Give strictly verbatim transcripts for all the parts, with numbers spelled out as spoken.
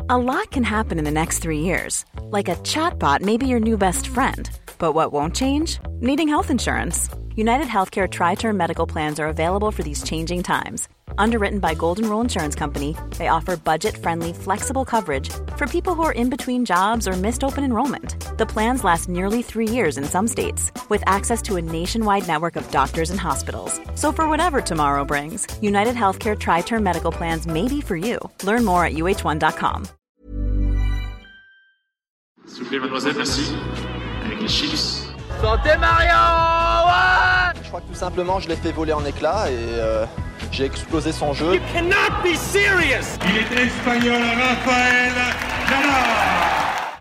A lot can happen in the next three years. Like a chatbot may be your new best friend. But what won't change? Needing health insurance. United Healthcare Tri-Term Medical Plans are available for these changing times. Underwritten by Golden Rule Insurance Company, they offer budget-friendly, flexible coverage for people who are in between jobs or missed open enrollment. The plans last nearly three years in some states, with access to a nationwide network of doctors and hospitals. So for whatever tomorrow brings, United Healthcare Tri-Term Medical Plans may be for you. Learn more at U H one dot com. S'il vous plaît, mademoiselle, merci. Avec les chips. Santé Mario ouais. Je crois que tout simplement, je l'ai fait voler en éclats et euh, j'ai explosé son jeu. You cannot be serious. Il est espagnol, Rafael Nadal.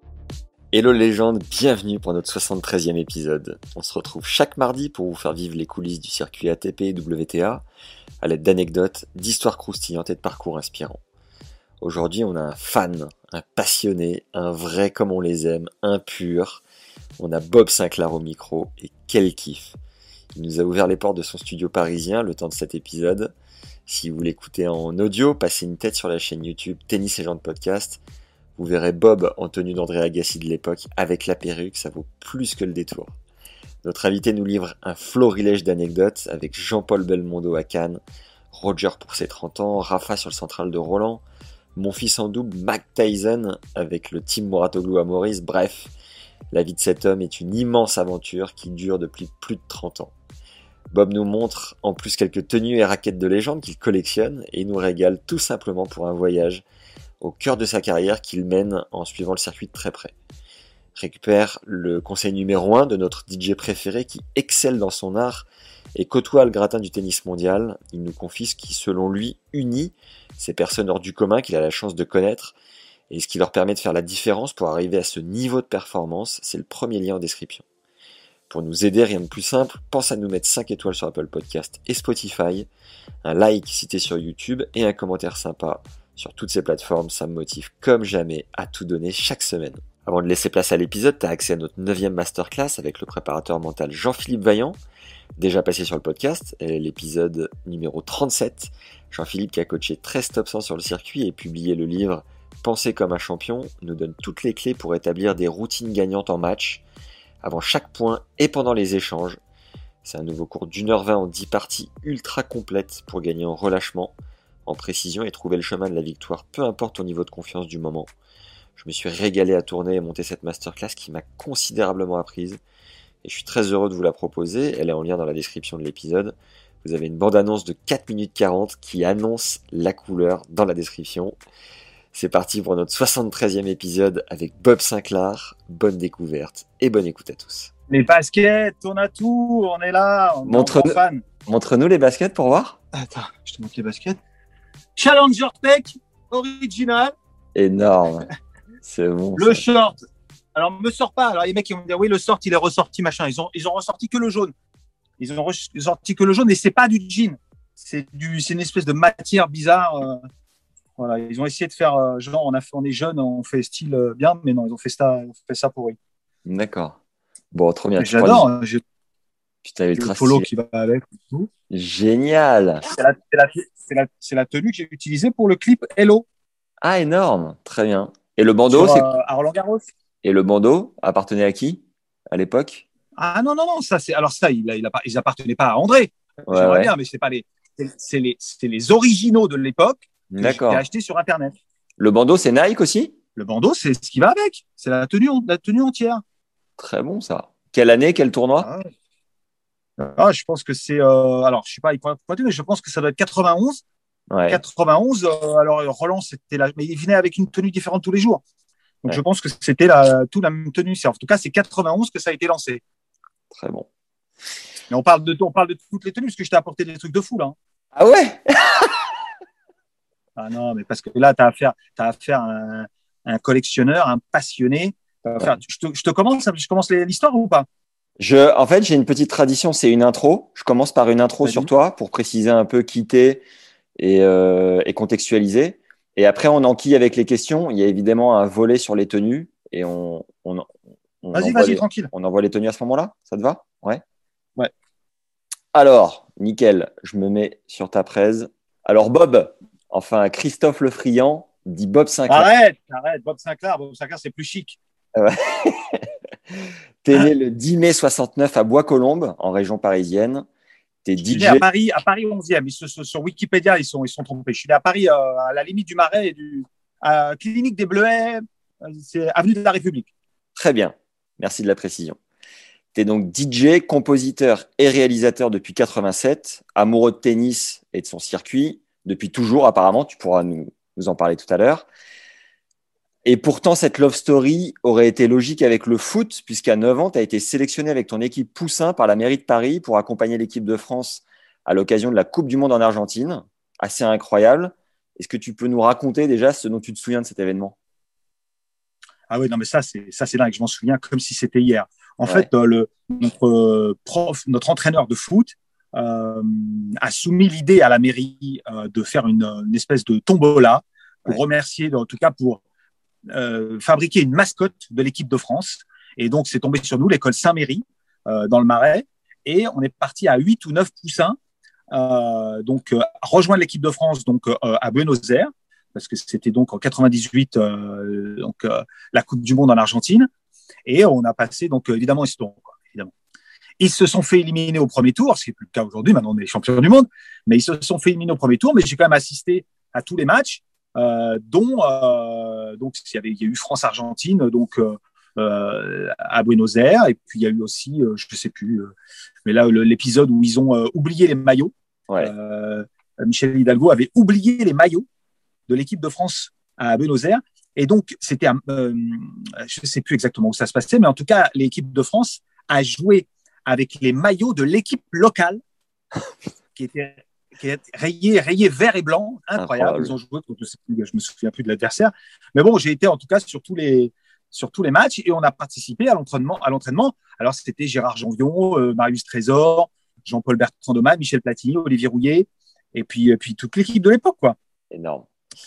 Hello légende, bienvenue pour notre soixante-treizième épisode. On se retrouve chaque mardi pour vous faire vivre les coulisses du circuit A T P et W T A à l'aide d'anecdotes, d'histoires croustillantes et de parcours inspirants. Aujourd'hui, on a un fan, un passionné, un vrai comme on les aime, un pur. On a Bob Sinclair au micro et quel kiff. Il nous a ouvert les portes de son studio parisien le temps de cet épisode. Si vous l'écoutez en audio, passez une tête sur la chaîne YouTube Tennis et Gens Podcast. Vous verrez Bob en tenue d'André Agassi de l'époque avec la perruque, ça vaut plus que le détour. Notre invité nous livre un florilège d'anecdotes avec Jean-Paul Belmondo à Cannes, Roger pour ses trente ans, Rafa sur le central de Roland, mon fils en double, Mike Tyson avec le Team Mouratoglou à Maurice, bref, la vie de cet homme est une immense aventure qui dure depuis plus de trente ans. Bob nous montre en plus quelques tenues et raquettes de légende qu'il collectionne et nous régale tout simplement pour un voyage au cœur de sa carrière qu'il mène en suivant le circuit de très près. Récupère le conseil numéro un de notre D J préféré qui excelle dans son art et côtoie le gratin du tennis mondial. Il nous confie ce qui, selon lui, unit ces personnes hors du commun qu'il a la chance de connaître et ce qui leur permet de faire la différence pour arriver à ce niveau de performance. C'est le premier lien en description. Pour nous aider, rien de plus simple, pense à nous mettre cinq étoiles sur Apple Podcast et Spotify, un like cité sur YouTube et un commentaire sympa sur toutes ces plateformes. Ça me motive comme jamais à tout donner chaque semaine. Avant de laisser place à l'épisode, tu as accès à notre neuvième masterclass avec le préparateur mental Jean-Philippe Vaillant, déjà passé sur le podcast, l'épisode numéro trente-sept. Jean-Philippe, qui a coaché treize top cent sur le circuit et publié le livre « Penser comme un champion », nous donne toutes les clés pour établir des routines gagnantes en match, avant chaque point et pendant les échanges. C'est un nouveau cours d'une heure vingt en dix parties ultra complètes pour gagner en relâchement, en précision et trouver le chemin de la victoire, peu importe ton niveau de confiance du moment. Je me suis régalé à tourner et monter cette masterclass qui m'a considérablement apprise et je suis très heureux de vous la proposer. Elle est en lien dans la description de l'épisode. Vous avez une bande-annonce de quatre minutes quarante qui annonce la couleur dans la description. C'est parti pour notre soixante-treizième épisode avec Bob Sinclair. Bonne découverte et bonne écoute à tous. Les baskets, on a tout, on est là, on Montre-nous, est fan. montre-nous les baskets pour voir. Attends, je te montre les baskets. Challenger Tech, original. Énorme, c'est bon. Le ça. short. Alors, me sors pas. Alors, les mecs, ils vont me dire, oui, le short, il est ressorti, machin. Ils ont, ils ont ressorti que le jaune. Ils ont ressorti que le jaune et c'est pas du jean. C'est du, c'est une espèce de matière bizarre. Euh, voilà, ils ont essayé de faire, euh, genre, on a fait, on est jeunes, on fait style euh, bien, mais non, ils ont fait ça, ils ont fait ça pourri. D'accord. Bon, trop bien. J'adore. Hein, j'ai Putain, le ultra polo stylé. qui va avec. Tout. Génial. C'est la, c'est, la, c'est, la, c'est la tenue que j'ai utilisée pour le clip Hello. Ah, énorme. Très bien. Et le bandeau, sur, c'est... euh, à Roland Garros. Et le bandeau appartenait à qui à l'époque? Ah non, non, non, ça c'est. Alors, ça, il, il a, ils appartenaient pas à André. Ouais, J'aimerais ouais. bien, mais c'est pas les. C'est, c'est, les, c'est les originaux de l'époque que D'accord. j'ai acheté sur Internet. Le bandeau, c'est Nike aussi? Le bandeau, c'est ce qui va avec. C'est la tenue, la tenue entière. Très bon, ça. Quelle année, quel tournoi? Ah, ouais. Ah, je pense que c'est. Euh, alors, je sais pas, il pourrait pointer, mais je pense que ça doit être quatre-vingt-onze. Ouais. quatre-vingt-onze. Euh, alors, Roland, c'était là, mais il venait avec une tenue différente tous les jours. Donc, Ouais. je pense que c'était la, tout la même tenue. C'est, en tout cas, c'est quatre-vingt-onze que ça a été lancé. Très bon. Mais on parle de, on parle de toutes les tenues parce que je t'ai apporté des trucs de fou là. Hein. Ah ouais? Ah non, mais parce que là, tu as affaire, t'as affaire à un, un collectionneur, un passionné. T'as affaire- Ouais. je, te, je te commence, je commence l'histoire ou pas? Je, en fait, j'ai une petite tradition, c'est une intro. Je commence par une intro Vas-y. sur toi pour préciser un peu qui t'es et, euh, et contextualiser. Et après, on enquille avec les questions. Il y a évidemment un volet sur les tenues et on, on, on Vas-y, envoie vas-y, les, tranquille. on envoie les tenues à ce moment-là. Ça te va? Ouais. Ouais. Alors, nickel. Je me mets sur ta presse. Alors, Bob, enfin Christophe Lefriand, dit Bob Sinclair. Arrête, arrête, Bob Sinclair, Bob Sinclair, c'est plus chic. Ouais. T'es né le dix mai soixante-neuf à Bois-Colombes, en région parisienne. T'es Je suis D J. né à Paris, à Paris onzième. Ils se, se- sur Wikipédia, ils sont, ils sont trompés. Je suis né à Paris, euh, à la limite du Marais et du à Clinique des Bleuets. euh, C'est avenue de la République. Très bien. Merci de la précision. T'es donc D J, compositeur et réalisateur depuis quatre-vingt-sept, amoureux de tennis et de son circuit, depuis toujours apparemment, tu pourras nous, nous en parler tout à l'heure. Et pourtant, cette love story aurait été logique avec le foot, puisqu'à neuf ans, tu as été sélectionné avec ton équipe Poussin par la mairie de Paris pour accompagner l'équipe de France à l'occasion de la Coupe du Monde en Argentine. Assez incroyable. Est-ce que tu peux nous raconter déjà ce dont tu te souviens de cet événement? Ah oui, non, mais ça, c'est, ça, c'est dingue. Je m'en souviens comme si c'était hier. En Ouais. fait, euh, le, notre euh, prof, notre entraîneur de foot euh, a soumis l'idée à la mairie euh, de faire une, une espèce de tombola pour Ouais. remercier, en tout cas pour euh, fabriquer une mascotte de l'équipe de France. Et donc, c'est tombé sur nous, l'école Saint-Méry, euh, dans le Marais. Et on est parti à huit ou neuf poussins, euh, donc, euh, rejoindre l'équipe de France donc, euh, à Buenos Aires, parce que c'était donc en quatre-vingt-dix-huit, euh, donc, euh, la Coupe du Monde en Argentine. Et on a passé, donc, évidemment, ils se, sont, évidemment, ils se sont fait éliminer au premier tour, ce qui n'est plus le cas aujourd'hui, maintenant on est champion du monde, mais ils se sont fait éliminer au premier tour, mais j'ai quand même assisté à tous les matchs, euh, dont, euh, donc, il y avait, il y a eu France-Argentine, donc, euh, euh, à Buenos Aires, et puis il y a eu aussi, euh, je ne sais plus, euh, mais là, le, l'épisode où ils ont euh, oublié les maillots. Ouais. Euh, Michel Hidalgo avait oublié les maillots de l'équipe de France à Buenos Aires. Et donc, c'était, euh, je ne sais plus exactement où ça se passait, mais en tout cas, l'équipe de France a joué avec les maillots de l'équipe locale qui était, qui était rayé, rayé vert et blanc. Incroyable. Incroyable. Ils ont joué, je ne me souviens plus de l'adversaire. Mais bon, j'ai été en tout cas sur tous les, sur tous les matchs et on a participé à l'entraînement. À l'entraînement. Alors, c'était Gérard Janvion, euh, Marius Trésor, Jean-Paul Bertrand Doman, Michel Platini, Olivier Rouillet, et puis, et puis toute l'équipe de l'époque, quoi. Énorme.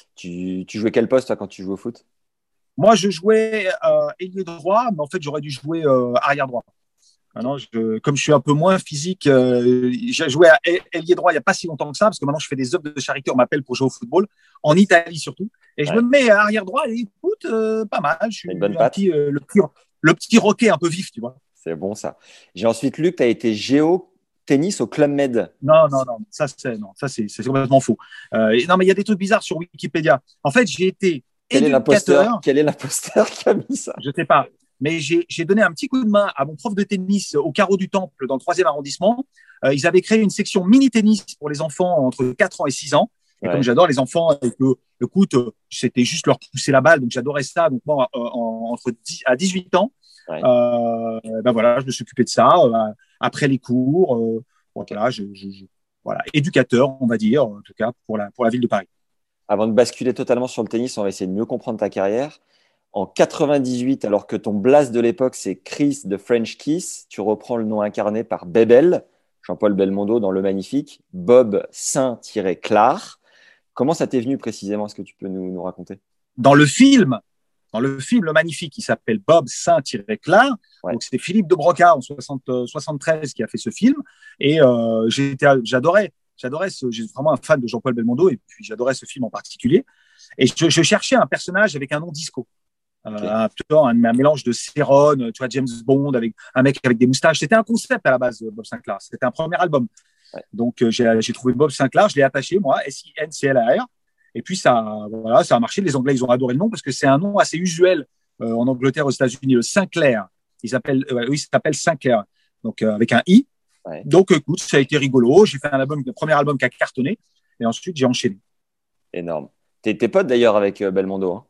Tu, tu jouais quel poste, toi, quand tu jouais au foot? Moi, je jouais euh, ailier droit, mais en fait, j'aurais dû jouer euh, arrière droit. Maintenant, je, comme je suis un peu moins physique, euh, j'ai joué à ailier droit il n'y a pas si longtemps que ça, parce que maintenant, je fais des œuvres de charité, on m'appelle pour jouer au football, en Italie surtout. Et je Ouais. me mets à arrière droit et écoute, euh, pas mal. Je suis Une bonne un patte. petit, euh, le, petit, le petit roquet un peu vif, tu vois. C'est bon, ça. J'ai ensuite lu que tu as été géo tennis au Club Med. Non, non, non, ça c'est non, ça c'est, c'est complètement faux. Euh, et non, mais il y a des trucs bizarres sur Wikipédia. En fait, j'ai été Quel est l'imposteur éducateur. Quel est l'imposteur qui a mis ça? Je sais pas. Mais j'ai, j'ai donné un petit coup de main à mon prof de tennis au Carreau du Temple dans le troisième arrondissement. Euh, ils avaient créé une section mini-tennis pour les enfants entre quatre ans et six ans. Et Ouais. comme j'adore les enfants, et que, écoute, euh, c'était juste leur pousser la balle, donc j'adorais ça. Donc moi, euh, en- entre dix à dix-huit ans, Ouais. euh, ben voilà, je me suis occupé de ça euh, après les cours. Euh, voilà, je, je, je- voilà, éducateur, on va dire, en tout cas pour la pour la ville de Paris. Avant de basculer totalement sur le tennis, on va essayer de mieux comprendre ta carrière. En quatre-vingt-dix-huit, alors que ton blast de l'époque, c'est Chris de French Kiss, tu reprends le nom incarné par Bebel, Jean-Paul Belmondo dans Le Magnifique, Bob Saint-Clar. Comment ça t'est venu précisément? Est-ce que tu peux nous, nous raconter? Dans le film, dans le film Le Magnifique, qui s'appelle Bob Saint-Clar. Ouais. Donc c'est Philippe de Broca en soixante, euh, soixante-treize qui a fait ce film. Et euh, j'étais, j'adorais, j'adorais ce, j'ai vraiment un fan de Jean-Paul Belmondo et puis j'adorais ce film en particulier. Et je, je cherchais un personnage avec un nom disco. Euh, Okay. un, plutôt un, un mélange de Céron, tu vois, James Bond, avec un mec avec des moustaches. C'était un concept à la base, Bob Sinclair. C'était un premier album. Ouais. Donc euh, j'ai, j'ai trouvé Bob Sinclair, je l'ai attaché, moi, S I N C L A R. Et puis ça, voilà, ça a marché. Les Anglais, ils ont adoré le nom parce que c'est un nom assez usuel euh, en Angleterre, aux États-Unis. Le Sinclair, ils s'appellent, euh, oui, ça s'appelle Sinclair, donc euh, avec un i. Ouais. Donc écoute, ça a été rigolo. J'ai fait un album, le premier album qui a cartonné, et ensuite j'ai enchaîné. Énorme. T'es, t'es pote d'ailleurs avec euh, Belmondo. Hein.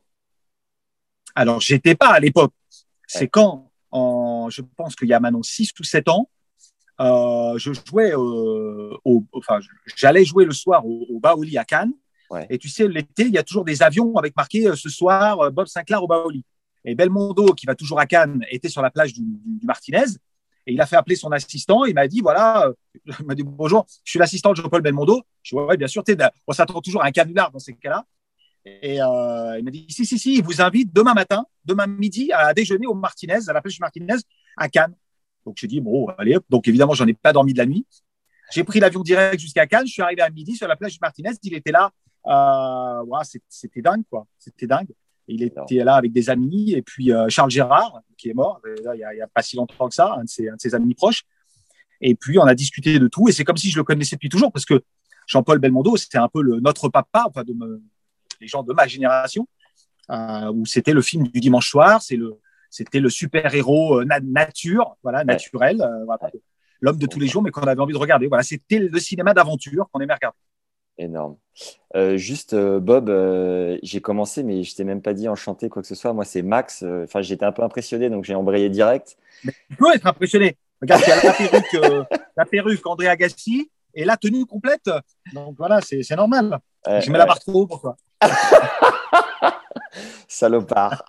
Alors j'étais pas à l'époque. C'est Ouais. quand, en, je pense qu'il y a maintenant six ou sept ans, euh, je jouais, euh, au, enfin, j'allais jouer le soir au, au Baoli à Cannes. Ouais. Et tu sais, l'été, il y a toujours des avions avec marqué euh, ce soir euh, Bob Sinclair au Baoli. Et Belmondo, qui va toujours à Cannes, était sur la plage du, du, du Martinez. Et il a fait appeler son assistant. Il m'a dit voilà, euh, il m'a dit bonjour, je suis l'assistant de Jean-Paul Belmondo. Je dis ouais, bien sûr, on s'attend toujours à un canular dans ces cas-là. Et euh, il m'a dit si, si, si, il vous invite demain matin, demain midi, à déjeuner au Martinez, à la plage du Martinez, à Cannes. Donc j'ai dit bon, allez hop. Donc évidemment, j'en ai pas dormi de la nuit. J'ai pris l'avion direct jusqu'à Cannes. Je suis arrivé à midi sur la plage du Martinez. Il était là Euh, ouais, c'était dingue, quoi. C'était dingue. Et il était là avec des amis. Et puis euh, Charles Gérard, qui est mort, là, il n'y a, a pas si longtemps que ça, un de, ses, un de ses amis proches. Et puis, on a discuté de tout. Et c'est comme si je le connaissais depuis toujours, parce que Jean-Paul Belmondo, c'était un peu le, notre papa, enfin, de me, les gens de ma génération, euh, où c'était le film du dimanche soir, c'est le, c'était le super-héros na- nature, voilà, naturel, euh, voilà, l'homme de tous les jours, mais qu'on avait envie de regarder. Voilà, c'était le cinéma d'aventure qu'on aimait regarder. Énorme. Euh, juste, euh, Bob, euh, j'ai commencé, mais je t'ai même pas dit enchanté, quoi que ce soit. Moi, c'est Max. Enfin, euh, j'étais un peu impressionné, donc j'ai embrayé direct. Mais tu peux être impressionné. Regarde, il y a la perruque, euh, la perruque André Agassi et la tenue complète. Donc voilà, c'est, c'est normal. Euh, je mets euh... la barre trop haut pour toi. Salopard.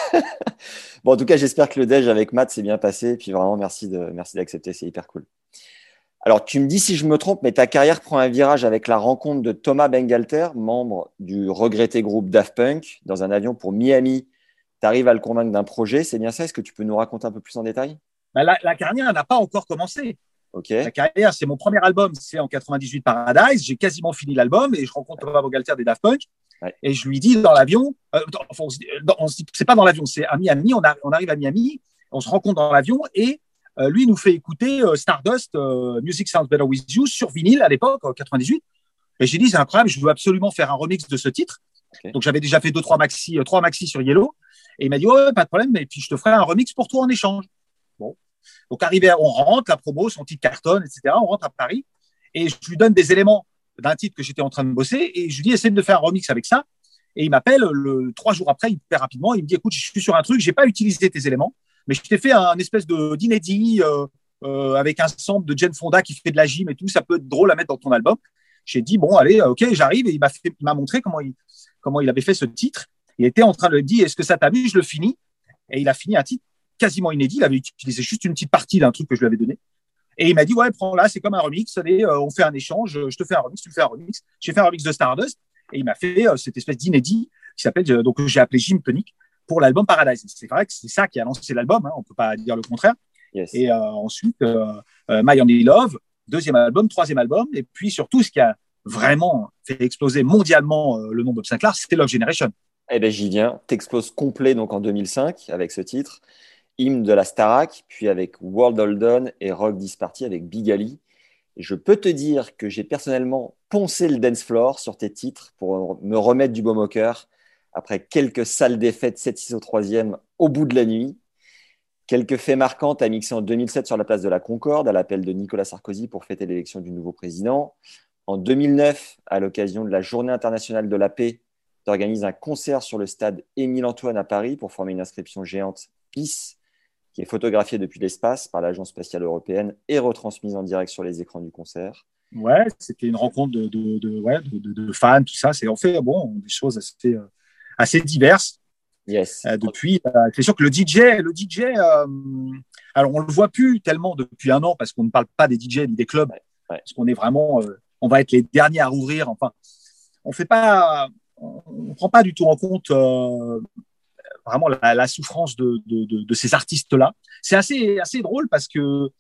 Bon, en tout cas, j'espère que le déj avec Matt s'est bien passé. Puis vraiment, merci, de, merci d'accepter. C'est hyper cool. Alors, tu me dis si je me trompe, mais ta carrière prend un virage avec la rencontre de Thomas Bangalter, membre du regretté groupe Daft Punk, dans un avion pour Miami. Tu arrives à le convaincre d'un projet, c'est bien ça? Est-ce que tu peux nous raconter un peu plus en détail? Bah, la, la carrière n'a pas encore commencé. Okay. La carrière, c'est mon premier album, c'est en quatre-vingt-dix-huit Paradise. J'ai quasiment fini l'album et je rencontre Thomas Bangalter des Daft Punk. Ouais. Et je lui dis dans l'avion, euh, enfin, on se, dans, on se, c'est pas dans l'avion, c'est à Miami. On, a, on arrive à Miami, on se rencontre dans l'avion et Euh, lui, il nous fait écouter euh, Stardust, euh, Music Sounds Better With You sur vinyle à l'époque, en quatre-vingt-dix-huit. Et j'ai dit, c'est incroyable, je veux absolument faire un remix de ce titre. Okay. Donc, j'avais déjà fait deux, trois maxi, euh, trois maxi sur Yellow. Et il m'a dit, ouais, pas de problème, et puis je te ferai un remix pour toi en échange. Bon. Donc, arrivé, on rentre, la promo, son titre cartonne, et cetera. On rentre à Paris et je lui donne des éléments d'un titre que j'étais en train de bosser et je lui dis, essaie de faire un remix avec ça. Et il m'appelle le, trois jours après, hyper rapidement. Il me dit, écoute, je suis sur un truc, j'ai pas utilisé tes éléments. Mais je t'ai fait un espèce de, d'inédit euh, euh, avec un sample de Jane Fonda qui fait de la gym et tout. Ça peut être drôle à mettre dans ton album. J'ai dit, bon, allez, ok, j'arrive. Et il m'a, fait, il m'a montré comment il, comment il avait fait ce titre. Il était en train de me dire, est-ce que ça t'a vu? Je le finis. Et il a fini un titre quasiment inédit. Il avait utilisé juste une petite partie d'un truc que je lui avais donné. Et il m'a dit, ouais, prends-la, c'est comme un remix. Allez, euh, on fait un échange. Je te fais un remix, tu me fais un remix. J'ai fait un remix de Stardust. Et il m'a fait euh, cette espèce d'inédit qui s'appelle, euh, donc j'ai appelé Gym Tonic, pour l'album Paradise. C'est vrai que c'est ça qui a lancé l'album, hein, on ne peut pas dire le contraire. Yes. Et euh, ensuite, euh, euh, My Only Love, deuxième album, troisième album, et puis surtout, ce qui a vraiment fait exploser mondialement euh, le nom de Bob Sinclar, c'était Love Generation. Eh bien, j'y viens. T'exploses complet donc, en deux mille cinq avec ce titre, hymne de la Starac, puis avec World Hold On et Rock This Party avec Big Ali. Et je peux te dire que j'ai personnellement poncé le dance floor sur tes titres pour me remettre du baume au cœur. Après quelques salles défaites sept six au troisième au bout de la nuit. Quelques faits marquants à mixer en deux mille sept sur la place de la Concorde à l'appel de Nicolas Sarkozy pour fêter l'élection du nouveau président. En deux mille neuf, à l'occasion de la Journée internationale de la paix, tu organises un concert sur le stade Émile-Antoine à Paris pour former une inscription géante Peace qui est photographiée depuis l'espace par l'Agence spatiale européenne et retransmise en direct sur les écrans du concert. Ouais, c'était une rencontre de, de, de, ouais, de, de, de fans, tout ça. C'est en fait bon, des choses assez... Euh... assez diverses. Yes. Euh, depuis, euh, c'est sûr que le D J, le D J, euh, alors on le voit plus tellement depuis un an parce qu'on ne parle pas des D J ni des clubs, ouais, ouais. Parce qu'on est vraiment, euh, on va être les derniers à rouvrir. Enfin, on fait pas, on prend pas du tout en compte euh, vraiment la, la souffrance de, de, de, de ces artistes-là. C'est assez, assez drôle parce que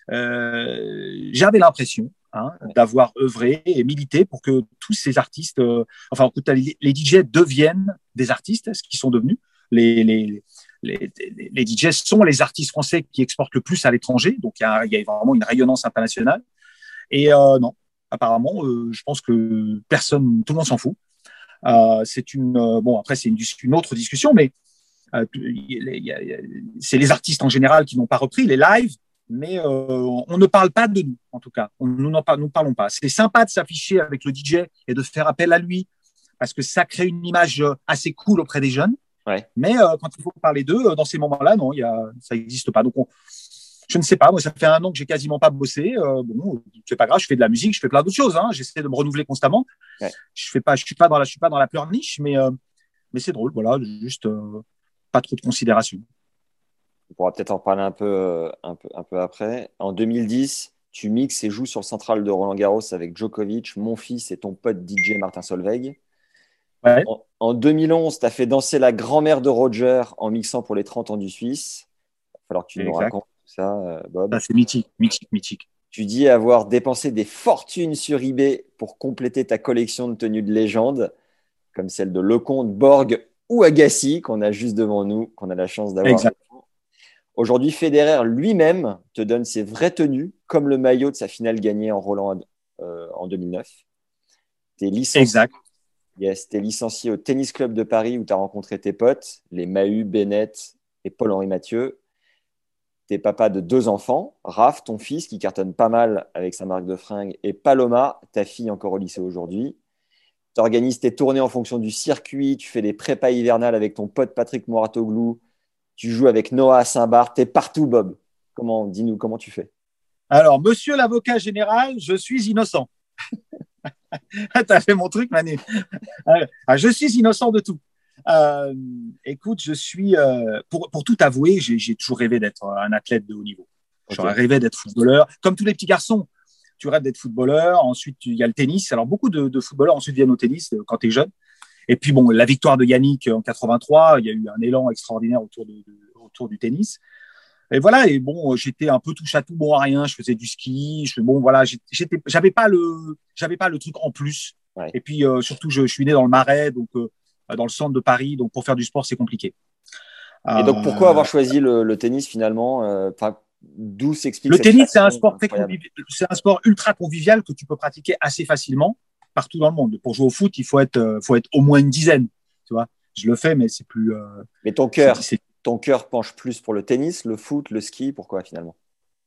euh, j'avais l'impression. Hein, d'avoir œuvré et milité pour que tous ces artistes, euh, enfin, les, les D J deviennent des artistes, ce qu'ils sont devenus. Les, les, les, les D J sont les artistes français qui exportent le plus à l'étranger, donc il y a, il y a vraiment une rayonnance internationale. Et euh, non, apparemment, euh, je pense que personne, tout le monde s'en fout. Euh, c'est une, euh, bon, après, c'est une, une autre discussion, mais euh, il y a, il y a, c'est les artistes en général qui n'ont pas repris les lives. Mais euh, on ne parle pas de nous, en tout cas. On, nous n'en par, nous parlons pas. C'est sympa de s'afficher avec le D J et de faire appel à lui parce que ça crée une image assez cool auprès des jeunes. Ouais. Mais euh, quand il faut parler d'eux, dans ces moments-là, non, y a, ça n'existe pas. Donc, on, je ne sais pas. Moi, ça fait un an que j'ai quasiment pas bossé. Euh, bon, c'est pas grave. Je fais de la musique, je fais plein d'autres choses. Hein. J'essaie de me renouveler constamment. Ouais. Je fais pas, je suis pas dans la, je suis pas dans la pleurniche, mais euh, mais c'est drôle. Voilà, juste euh, pas trop de considération. On pourra peut-être en parler un peu, euh, un peu, un peu après. En deux mille dix, tu mixes et joues sur le central de Roland Garros avec Djokovic, mon fils et ton pote D J Martin Solveig. Ouais. En, en deux mille onze, tu as fait danser la grand-mère de Roger en mixant pour les trente ans du Suisse. Il va falloir que tu exact. Nous racontes tout ça, euh, Bob. Ça, c'est mythique, mythique, mythique. Tu dis avoir dépensé des fortunes sur eBay pour compléter ta collection de tenues de légende, comme celle de Lecomte, Borg ou Agassi, qu'on a juste devant nous, qu'on a la chance d'avoir. Exact. Aujourd'hui, Federer lui-même te donne ses vraies tenues, comme le maillot de sa finale gagnée en Roland euh, en deux mille neuf. T'es licencié, Exact. yes, t'es licencié au Tennis Club de Paris où tu as rencontré tes potes, les Mahut, Bennett et Paul-Henri Mathieu. T'es papa de deux enfants, Raph, ton fils, qui cartonne pas mal avec sa marque de fringues, et Paloma, ta fille encore au lycée aujourd'hui. Tu organises tes tournées en fonction du circuit, tu fais des prépas hivernales avec ton pote Patrick Moratoglou, tu joues avec Noah à Saint-Barth, t'es partout, Bob. Comment, dis-nous, comment tu fais? Alors, monsieur l'avocat général, je suis innocent. T'as fait mon truc, Manu. Ah, je suis innocent de tout. Euh, écoute, je suis, euh, pour, pour tout avouer, j'ai, j'ai toujours rêvé d'être un athlète de haut niveau. Okay. J'aurais rêvé d'être footballeur, comme tous les petits garçons. Tu rêves d'être footballeur, ensuite il y a le tennis. Alors beaucoup de, de footballeurs ensuite viennent au tennis quand tu es jeune. Et puis bon, la victoire de Yannick en quatre-vingt-trois, il y a eu un élan extraordinaire autour, de, de, autour du tennis. Et voilà, et bon, j'étais un peu touche à tout, bon à rien. Je faisais du ski, je, bon voilà, j'étais, j'avais pas le, j'avais pas le truc en plus. Ouais. Et puis euh, surtout, je, je suis né dans le Marais, donc euh, dans le centre de Paris, donc pour faire du sport, c'est compliqué. Et donc pourquoi avoir choisi le, le tennis finalement? Enfin, euh, d'où s'explique le cette tennis? C'est un sport très incroyable. convivial, c'est un sport ultra convivial que tu peux pratiquer assez facilement partout dans le monde. Pour jouer au foot, il faut être, euh, faut être au moins une dizaine. Tu vois, je le fais, mais c'est plus. Euh, mais ton cœur, c'est, c'est... ton cœur penche plus pour le tennis, le foot, le ski. Pourquoi finalement?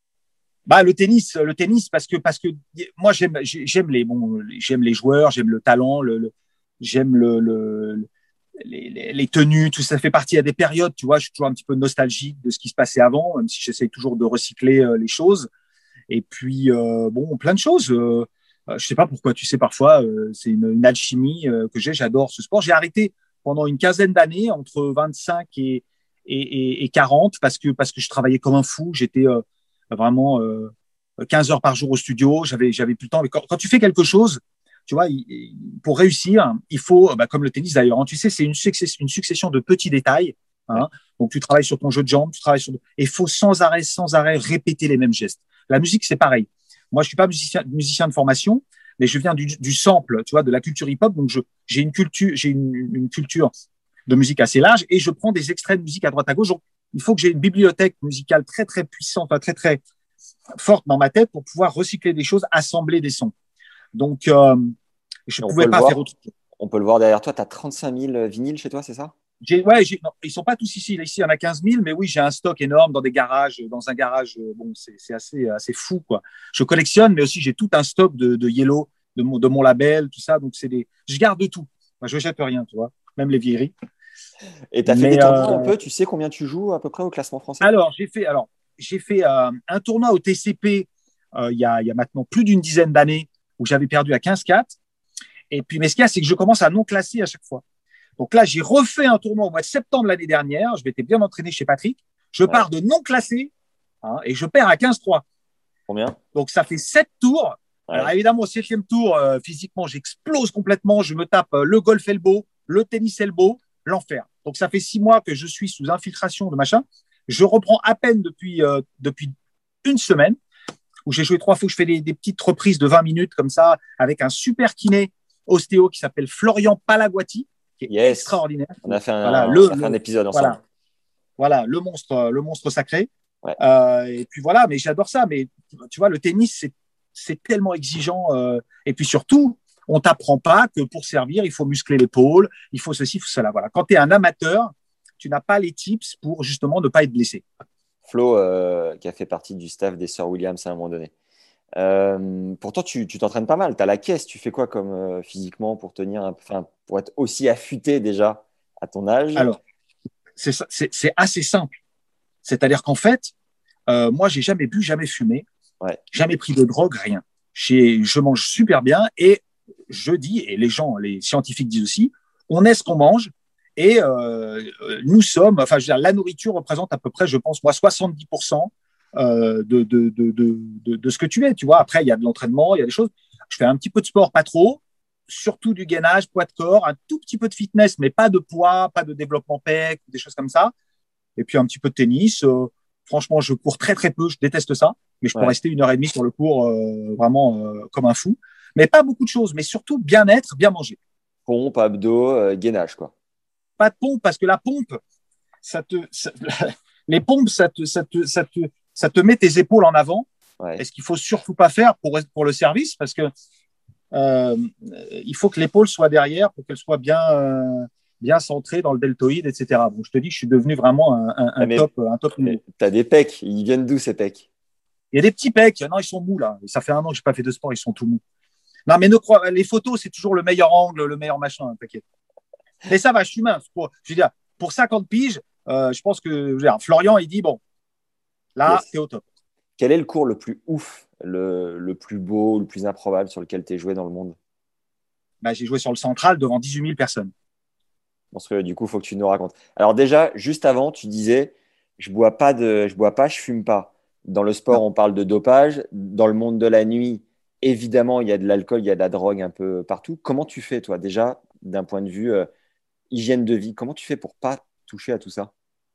Bah le tennis, le tennis parce que parce que moi j'aime j'aime les bon j'aime les joueurs, j'aime le talent, le, le j'aime le, le Les, les, les tenues, tout ça fait partie. Il y a des périodes, tu vois, je suis toujours un petit peu nostalgique de ce qui se passait avant, même si j'essaie toujours de recycler euh, les choses. Et puis, euh, bon, plein de choses. Euh, je sais pas pourquoi, tu sais, parfois, euh, c'est une, une alchimie euh, que j'ai. J'adore ce sport. J'ai arrêté pendant une quinzaine d'années, entre vingt-cinq et, et, et, et quarante, parce que, parce que je travaillais comme un fou. J'étais euh, vraiment euh, quinze heures par jour au studio. J'avais, j'avais plus le temps. Mais quand, quand tu fais quelque chose, tu vois, pour réussir, il faut, bah, comme le tennis d'ailleurs, hein, tu sais, c'est une succession, une succession de petits détails. Hein. Donc, tu travailles sur ton jeu de jambes, tu travailles sur. Et il faut sans arrêt, sans arrêt répéter les mêmes gestes. La musique, c'est pareil. Moi, je suis pas musicien, musicien de formation, mais je viens du, du sample, tu vois, de la culture hip-hop. Donc, je, j'ai une culture, j'ai une, une culture de musique assez large et je prends des extraits de musique à droite à gauche. Donc, il faut que j'ai une bibliothèque musicale très, très puissante, très, très forte dans ma tête pour pouvoir recycler des choses, assembler des sons. Donc, euh, je ne pouvais pas voir, faire autre chose. On peut le voir derrière toi. Tu as trente-cinq mille vinyles chez toi, c'est ça? J'ai, ouais, j'ai, non, ils ne sont pas tous ici. Là, ici, il y en a quinze mille, mais oui, j'ai un stock énorme dans des garages. Dans un garage, bon, c'est, c'est assez, assez fou, quoi. Je collectionne, mais aussi j'ai tout un stock de, de Yellow, de mon, de mon label, tout ça. Donc, c'est des, je garde tout. Moi, je ne jette rien, tu vois, même les vieilleries. Et tu as fait mais, des tournois euh, un peu. Tu sais combien tu joues à peu près au classement français? Alors, j'ai fait, alors, j'ai fait euh, un tournoi au T C P euh, il y a, il y a maintenant plus d'une dizaine d'années où j'avais perdu à quinze quatre. Et puis, mais ce qu'il y a, c'est que je commence à non classer à chaque fois. Donc là, j'ai refait un tournoi au mois de septembre l'année dernière. Je m'étais bien entraîné chez Patrick. Je ouais. pars de non classé hein, et je perds à quinze trois. Combien? Donc, ça fait sept tours. Ouais. Alors, évidemment, au septième tour, euh, physiquement, j'explose complètement. Je me tape euh, le golf elbow, le tennis elbow, l'enfer. Donc, ça fait six mois que je suis sous infiltration de machin. Je reprends à peine depuis, euh, depuis une semaine où j'ai joué trois fois. Je fais des, des petites reprises de vingt minutes comme ça avec un super kiné ostéo qui s'appelle Florian Palaguati, qui est yes. extraordinaire. On a fait un, voilà, le, on a fait un épisode ensemble. Voilà, voilà le monstre, le monstre sacré. Ouais. Euh, et puis voilà, mais j'adore ça. Mais tu vois, le tennis, c'est, c'est tellement exigeant. Euh, et puis surtout, on t'apprend pas que pour servir, il faut muscler l'épaule, il faut ceci, il faut cela. Voilà. Quand tu es un amateur, tu n'as pas les tips pour justement ne pas être blessé. Flo, euh, qui a fait partie du staff des Sœurs Williams à un moment donné. Euh, pourtant, tu, tu t'entraînes pas mal. Tu as la caisse. Tu fais quoi comme euh, physiquement pour tenir, enfin, pour être aussi affûté déjà à ton âge? Alors, c'est, c'est, c'est assez simple. C'est-à-dire qu'en fait, euh, moi, j'ai jamais bu, jamais fumé, ouais. jamais pris de drogue, rien. J'ai, je mange super bien et je dis, et les gens, les scientifiques disent aussi, on est ce qu'on mange. Et euh, nous sommes, enfin, je veux dire, la nourriture représente à peu près, je pense, moi, soixante-dix pour cent euh, de, de, de, de, de, de ce que tu es. Tu vois, après, il y a de l'entraînement, il y a des choses. Je fais un petit peu de sport, pas trop, surtout du gainage, poids de corps, un tout petit peu de fitness, mais pas de poids, pas de développement pec, des choses comme ça. Et puis un petit peu de tennis. Euh, franchement, je cours très, très peu. Je déteste ça. mais je peux Ouais. rester une heure et demie sur le court euh, vraiment euh, comme un fou. Mais pas beaucoup de choses, mais surtout bien être, bien manger. Pompe, abdos, euh, gainage, quoi. Pas de pompe, parce que la pompe, ça te, ça- les pompes, ça te, ça te, ça te, ça te met tes épaules en avant. Ouais. Et ce qu'il faut surtout pas faire pour, pour le service, parce que euh, il faut que l'épaule soit derrière pour qu'elle soit bien, euh, bien centrée dans le deltoïde, et cetera. Bon, je te dis que je suis devenu vraiment un, un, un Ah, mais- top, un top niveau. Mais t'as des pecs. Ils viennent d'où, ces pecs? Il y a des petits pecs. Non, ils sont mous là. Ça fait un an que j'ai pas fait de sport, ils sont tout mous. Non, mais ne crois, les photos, c'est toujours le meilleur angle, le meilleur machin, hein, t'inquiète. Mais ça va, je suis mince. Pour, je veux dire, pour cinquante piges, euh, je pense que je veux dire, Florian, il dit bon, là, Yes. t'es au top. Quel est le cours le plus ouf, le, le plus beau, le plus improbable sur lequel tu es joué dans le monde? Bah, j'ai joué sur le central devant dix-huit mille personnes. Parce que du coup, il faut que tu nous racontes. Alors déjà, juste avant, tu disais, je bois pas de, je bois pas, je fume pas. Dans le sport, on parle de dopage. Dans le monde de la nuit, évidemment, il y a de l'alcool, il y a de la drogue un peu partout. Comment tu fais, toi, déjà, d'un point de vue euh, hygiène de vie, comment tu fais pour pas toucher à tout ça?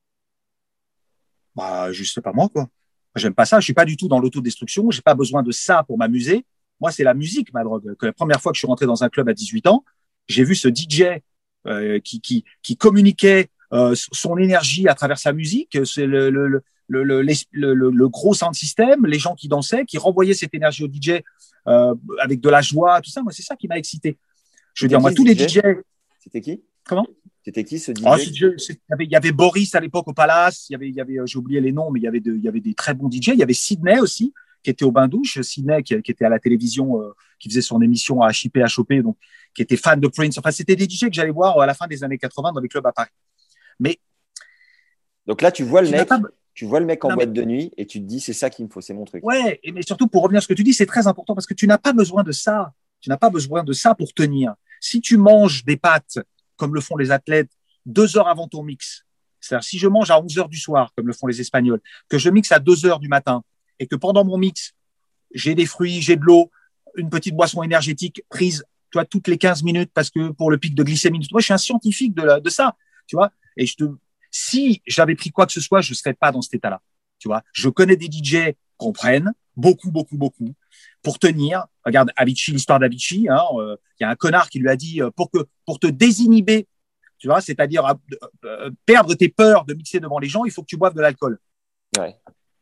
Bah, je sais pas moi, quoi. J'aime pas ça. Je suis pas du tout dans l'autodestruction. J'ai pas besoin de ça pour m'amuser. Moi, c'est la musique, ma drogue. Que la première fois que je suis rentré dans un club à dix-huit ans, j'ai vu ce D J euh, qui, qui, qui communiquait euh, son énergie à travers sa musique. C'est le, le, le, le, le, le, le, le gros sound system, les gens qui dansaient, qui renvoyaient cette énergie au D J euh, avec de la joie, tout ça. Moi, c'est ça qui m'a excité. Je veux dire, moi, tous les D J. C'était qui? Comment? C'était qui ce D J? Oh, c'est- je- c'est- il, y avait, il y avait Boris à l'époque au Palace, il y avait, il y avait, euh, j'ai oublié les noms, mais il y avait, de, il y avait des très bons D J. Il y avait Sydney aussi, qui était au bain-douche. Sydney, qui, qui était à la télévision, euh, qui faisait son émission à H I P H O P, donc qui était fan de Prince. Enfin, c'était des D J que j'allais voir à la fin des années quatre-vingts dans les clubs à Paris. Mais Donc là, tu vois le tu n'as mec, pas- tu vois le mec en Non, mais- boîte de nuit et tu te dis, c'est ça qu'il me faut, c'est mon truc. ouais, et, mais surtout pour revenir à ce que tu dis, c'est très important parce que tu n'as pas besoin de ça. Tu n'as pas besoin de ça pour tenir. Si tu manges des pâtes, comme le font les athlètes, deux heures avant ton mix, c'est-à-dire si je mange à onze heures du soir, comme le font les Espagnols, que je mixe à deux heures du matin et que pendant mon mix, j'ai des fruits, j'ai de l'eau, une petite boisson énergétique prise, tu vois, toutes les quinze minutes parce que pour le pic de glycémie. Moi, je suis un scientifique de, la, de ça, tu vois. Et je te, si j'avais pris quoi que ce soit, je serais pas dans cet état-là, tu vois. Je connais des D J qu'on prenne, beaucoup, beaucoup, beaucoup, pour tenir. Regarde Avicii, l'histoire d'Avicii. Hein, euh, il y a un connard qui lui a dit euh, pour que pour te désinhiber, tu vois, c'est-à-dire euh, euh, perdre tes peurs de mixer devant les gens, il faut que tu boives de l'alcool. Ouais.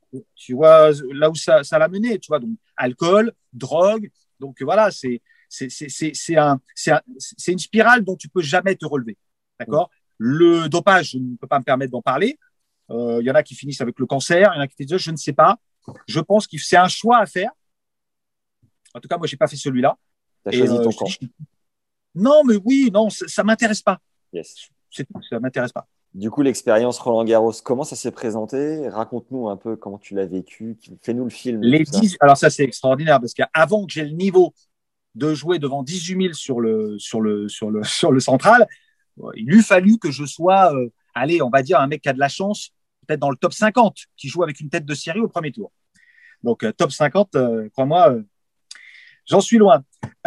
Tu vois là où ça, ça l'a mené, tu vois, donc alcool, drogue, donc voilà, c'est c'est c'est c'est c'est un c'est un, c'est une spirale dont tu peux jamais te relever, d'accord. Le dopage, je ne peux pas me permettre d'en parler. Euh, Il y en a qui finissent avec le cancer, il y en a qui disent je ne sais pas. Je pense que c'est un choix à faire. En tout cas, moi, j'ai pas fait celui-là. T'as Et, choisi euh, ton je camp. dis- Non, mais oui, non, ça, ça m'intéresse pas. Yes. C'est tout, ça m'intéresse pas. Du coup, l'expérience Roland Garros, comment ça s'est présenté? Raconte-nous un peu comment tu l'as vécu. Fais-nous le film. Les tout ça. dix, alors ça c'est extraordinaire parce qu'avant que j'ai le niveau de jouer devant dix-huit mille sur le sur le sur le sur le central, il eût fallu que je sois, euh, allez, on va dire un mec qui a de la chance, peut-être dans le top cinquante, qui joue avec une tête de série au premier tour. Donc euh, top cinquante, euh, crois-moi, euh, j'en suis loin.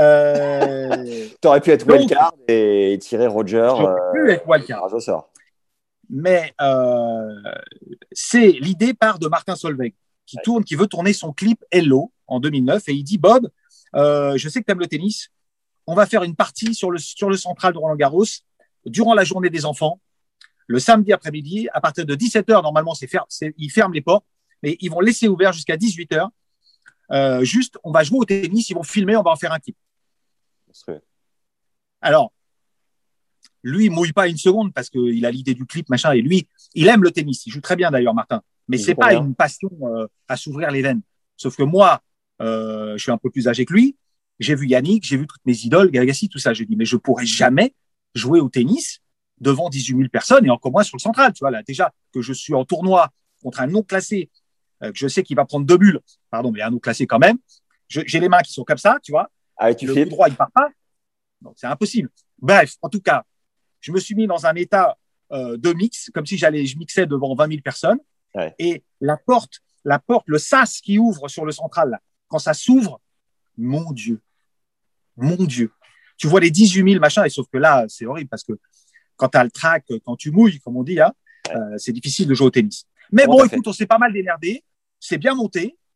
Euh, T'aurais pu être Donc- wildcard et tirer Roger J'aurais pu être wildcard. tirage au sort. Mais euh, c'est l'idée part de Martin Solveig qui tourne, qui veut tourner son clip Hello en deux mille neuf et il dit Bob, euh, je sais que tu aimes le tennis, on va faire une partie sur le sur le central de Roland Garros durant la journée des enfants, le samedi après-midi à partir de dix-sept heures normalement c'est fer- c'est, ils ferment les portes, mais ils vont laisser ouvert jusqu'à dix-huit heures. Euh, juste, on va jouer au tennis, ils vont filmer, on va en faire un clip. Monstrueux. Alors, lui, il mouille pas une seconde parce qu'il a l'idée du clip, machin, et lui, il aime le tennis. Il joue très bien d'ailleurs, Martin. Mais Il c'est joue pas combien une passion euh, à s'ouvrir les veines. Sauf que moi, euh, je suis un peu plus âgé que lui. J'ai vu Yannick, j'ai vu toutes mes idoles, Gagassi, tout ça. J'ai dit, mais je pourrais jamais jouer au tennis devant dix-huit mille personnes et encore moins sur le central. Tu vois, là, déjà que je suis en tournoi contre un non classé, euh, que je sais qu'il va prendre deux bulles, pardon, mais un non classé quand même. Je, j'ai les mains qui sont comme ça, tu vois. Ah, et tu Le fais coup droit, il part pas. Donc, c'est impossible. Bref, en tout cas, je me suis mis dans un état euh, de mix, comme si j'allais, je mixais devant vingt mille personnes. Ouais. Et la porte, la porte, le sas qui ouvre sur le central, là, quand ça s'ouvre, mon Dieu, mon Dieu. Tu vois les dix-huit mille machins, et sauf que là, c'est horrible parce que quand tu as le track, quand tu mouilles, comme on dit, hein, Ouais. euh, c'est difficile de jouer au tennis. Mais Comment bon, t'as fait écoute, on s'est pas mal démerdé. C'est bien monté.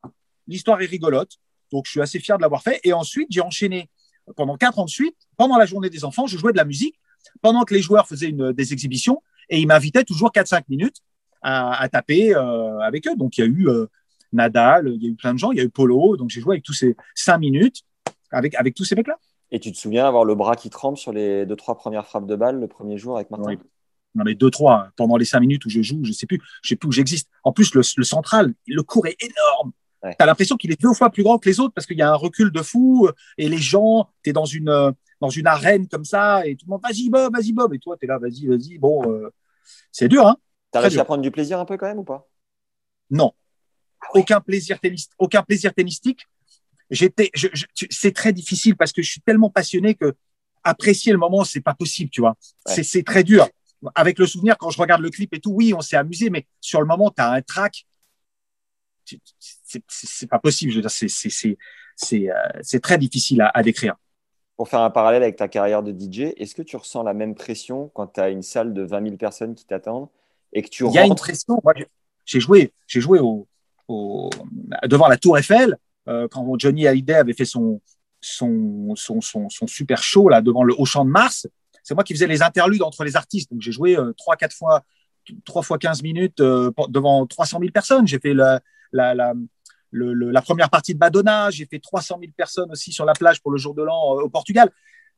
l'histoire est rigolote. Donc, je suis assez fier de l'avoir fait. Et ensuite, j'ai enchaîné pendant quatre ans de suite. Pendant la journée des enfants, je jouais de la musique pendant que les joueurs faisaient une, des exhibitions et ils m'invitaient toujours quatre cinq minutes à, à taper euh, avec eux. Donc, il y a eu euh, Nadal, il y a eu plein de gens, il y a eu Polo. Donc, j'ai joué avec tous ces cinq minutes avec, avec tous ces mecs-là. Et tu te souviens avoir le bras qui tremble sur les deux, trois premières frappes de balle le premier jour avec Martin? Oui. Non, mais deux, trois, pendant les cinq minutes où je joue, je sais plus, je sais plus où j'existe. En plus, le, le central, le cours est énorme. Ouais. Tu as l'impression qu'il est deux fois plus grand que les autres parce qu'il y a un recul de fou et les gens, tu es dans une, dans une arène comme ça et tout le monde, vas-y Bob, vas-y Bob. Et toi, tu es là, vas-y, vas-y. Bon, euh, c'est dur, hein. T'as Très réussi dur. à prendre du plaisir un peu quand même ou pas? Non. Aucun plaisir, tennis, aucun plaisir tennistique. J'étais, je, je, c'est très difficile parce que je suis tellement passionné que apprécier le moment, c'est pas possible, tu vois. Ouais. C'est, c'est très dur. Avec le souvenir, quand je regarde le clip et tout, oui, on s'est amusé, mais sur le moment, tu as un trac. C'est, c'est, c'est pas possible. Je veux dire, c'est, c'est, c'est, c'est, euh, c'est très difficile à, à décrire. Pour faire un parallèle avec ta carrière de D J, est-ce que tu ressens la même pression quand tu as une salle de vingt mille personnes qui t'attendent et que tu Il y a une rentres... pression. Moi, j'ai joué, j'ai joué au, au, devant la Tour Eiffel euh, quand Johnny Hallyday avait fait son, son, son, son, son super show là, devant le Au Champ de Mars. C'est moi qui faisais les interludes entre les artistes. Donc, j'ai joué euh, trois, quatre fois, trois fois quinze minutes euh, devant trois cent mille personnes. J'ai fait la, la, la, le, le, la première partie de Madonna. J'ai fait trois cent mille personnes aussi sur la plage pour le jour de l'an euh, au Portugal.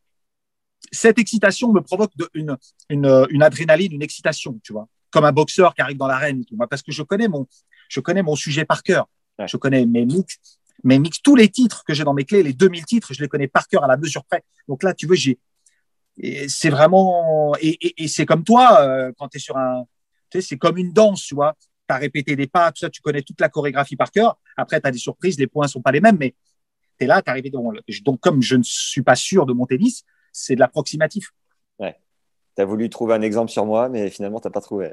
Cette excitation me provoque de, une, une, une adrénaline, une excitation, tu vois, comme un boxeur qui arrive dans l'arène. Tu vois, parce que je connais mon, je connais mon sujet par cœur. Ouais. Je connais mes mix, mes mix, tous les titres que j'ai dans mes clés, les deux mille titres, je les connais par cœur à la mesure près. Donc là, tu veux, j'ai Et c'est vraiment et, et, et c'est comme toi euh, quand tu es sur un tu sais c'est comme une danse, tu vois, tu as répété des pas, tout ça, tu connais toute la chorégraphie par cœur. Après tu as des surprises, les points sont pas les mêmes, mais tu es là, tu es arrivé donc, donc comme je ne suis pas sûr de mon tennis, c'est de l'approximatif. Ouais. Tu as voulu trouver un exemple sur moi mais finalement tu n'as pas trouvé.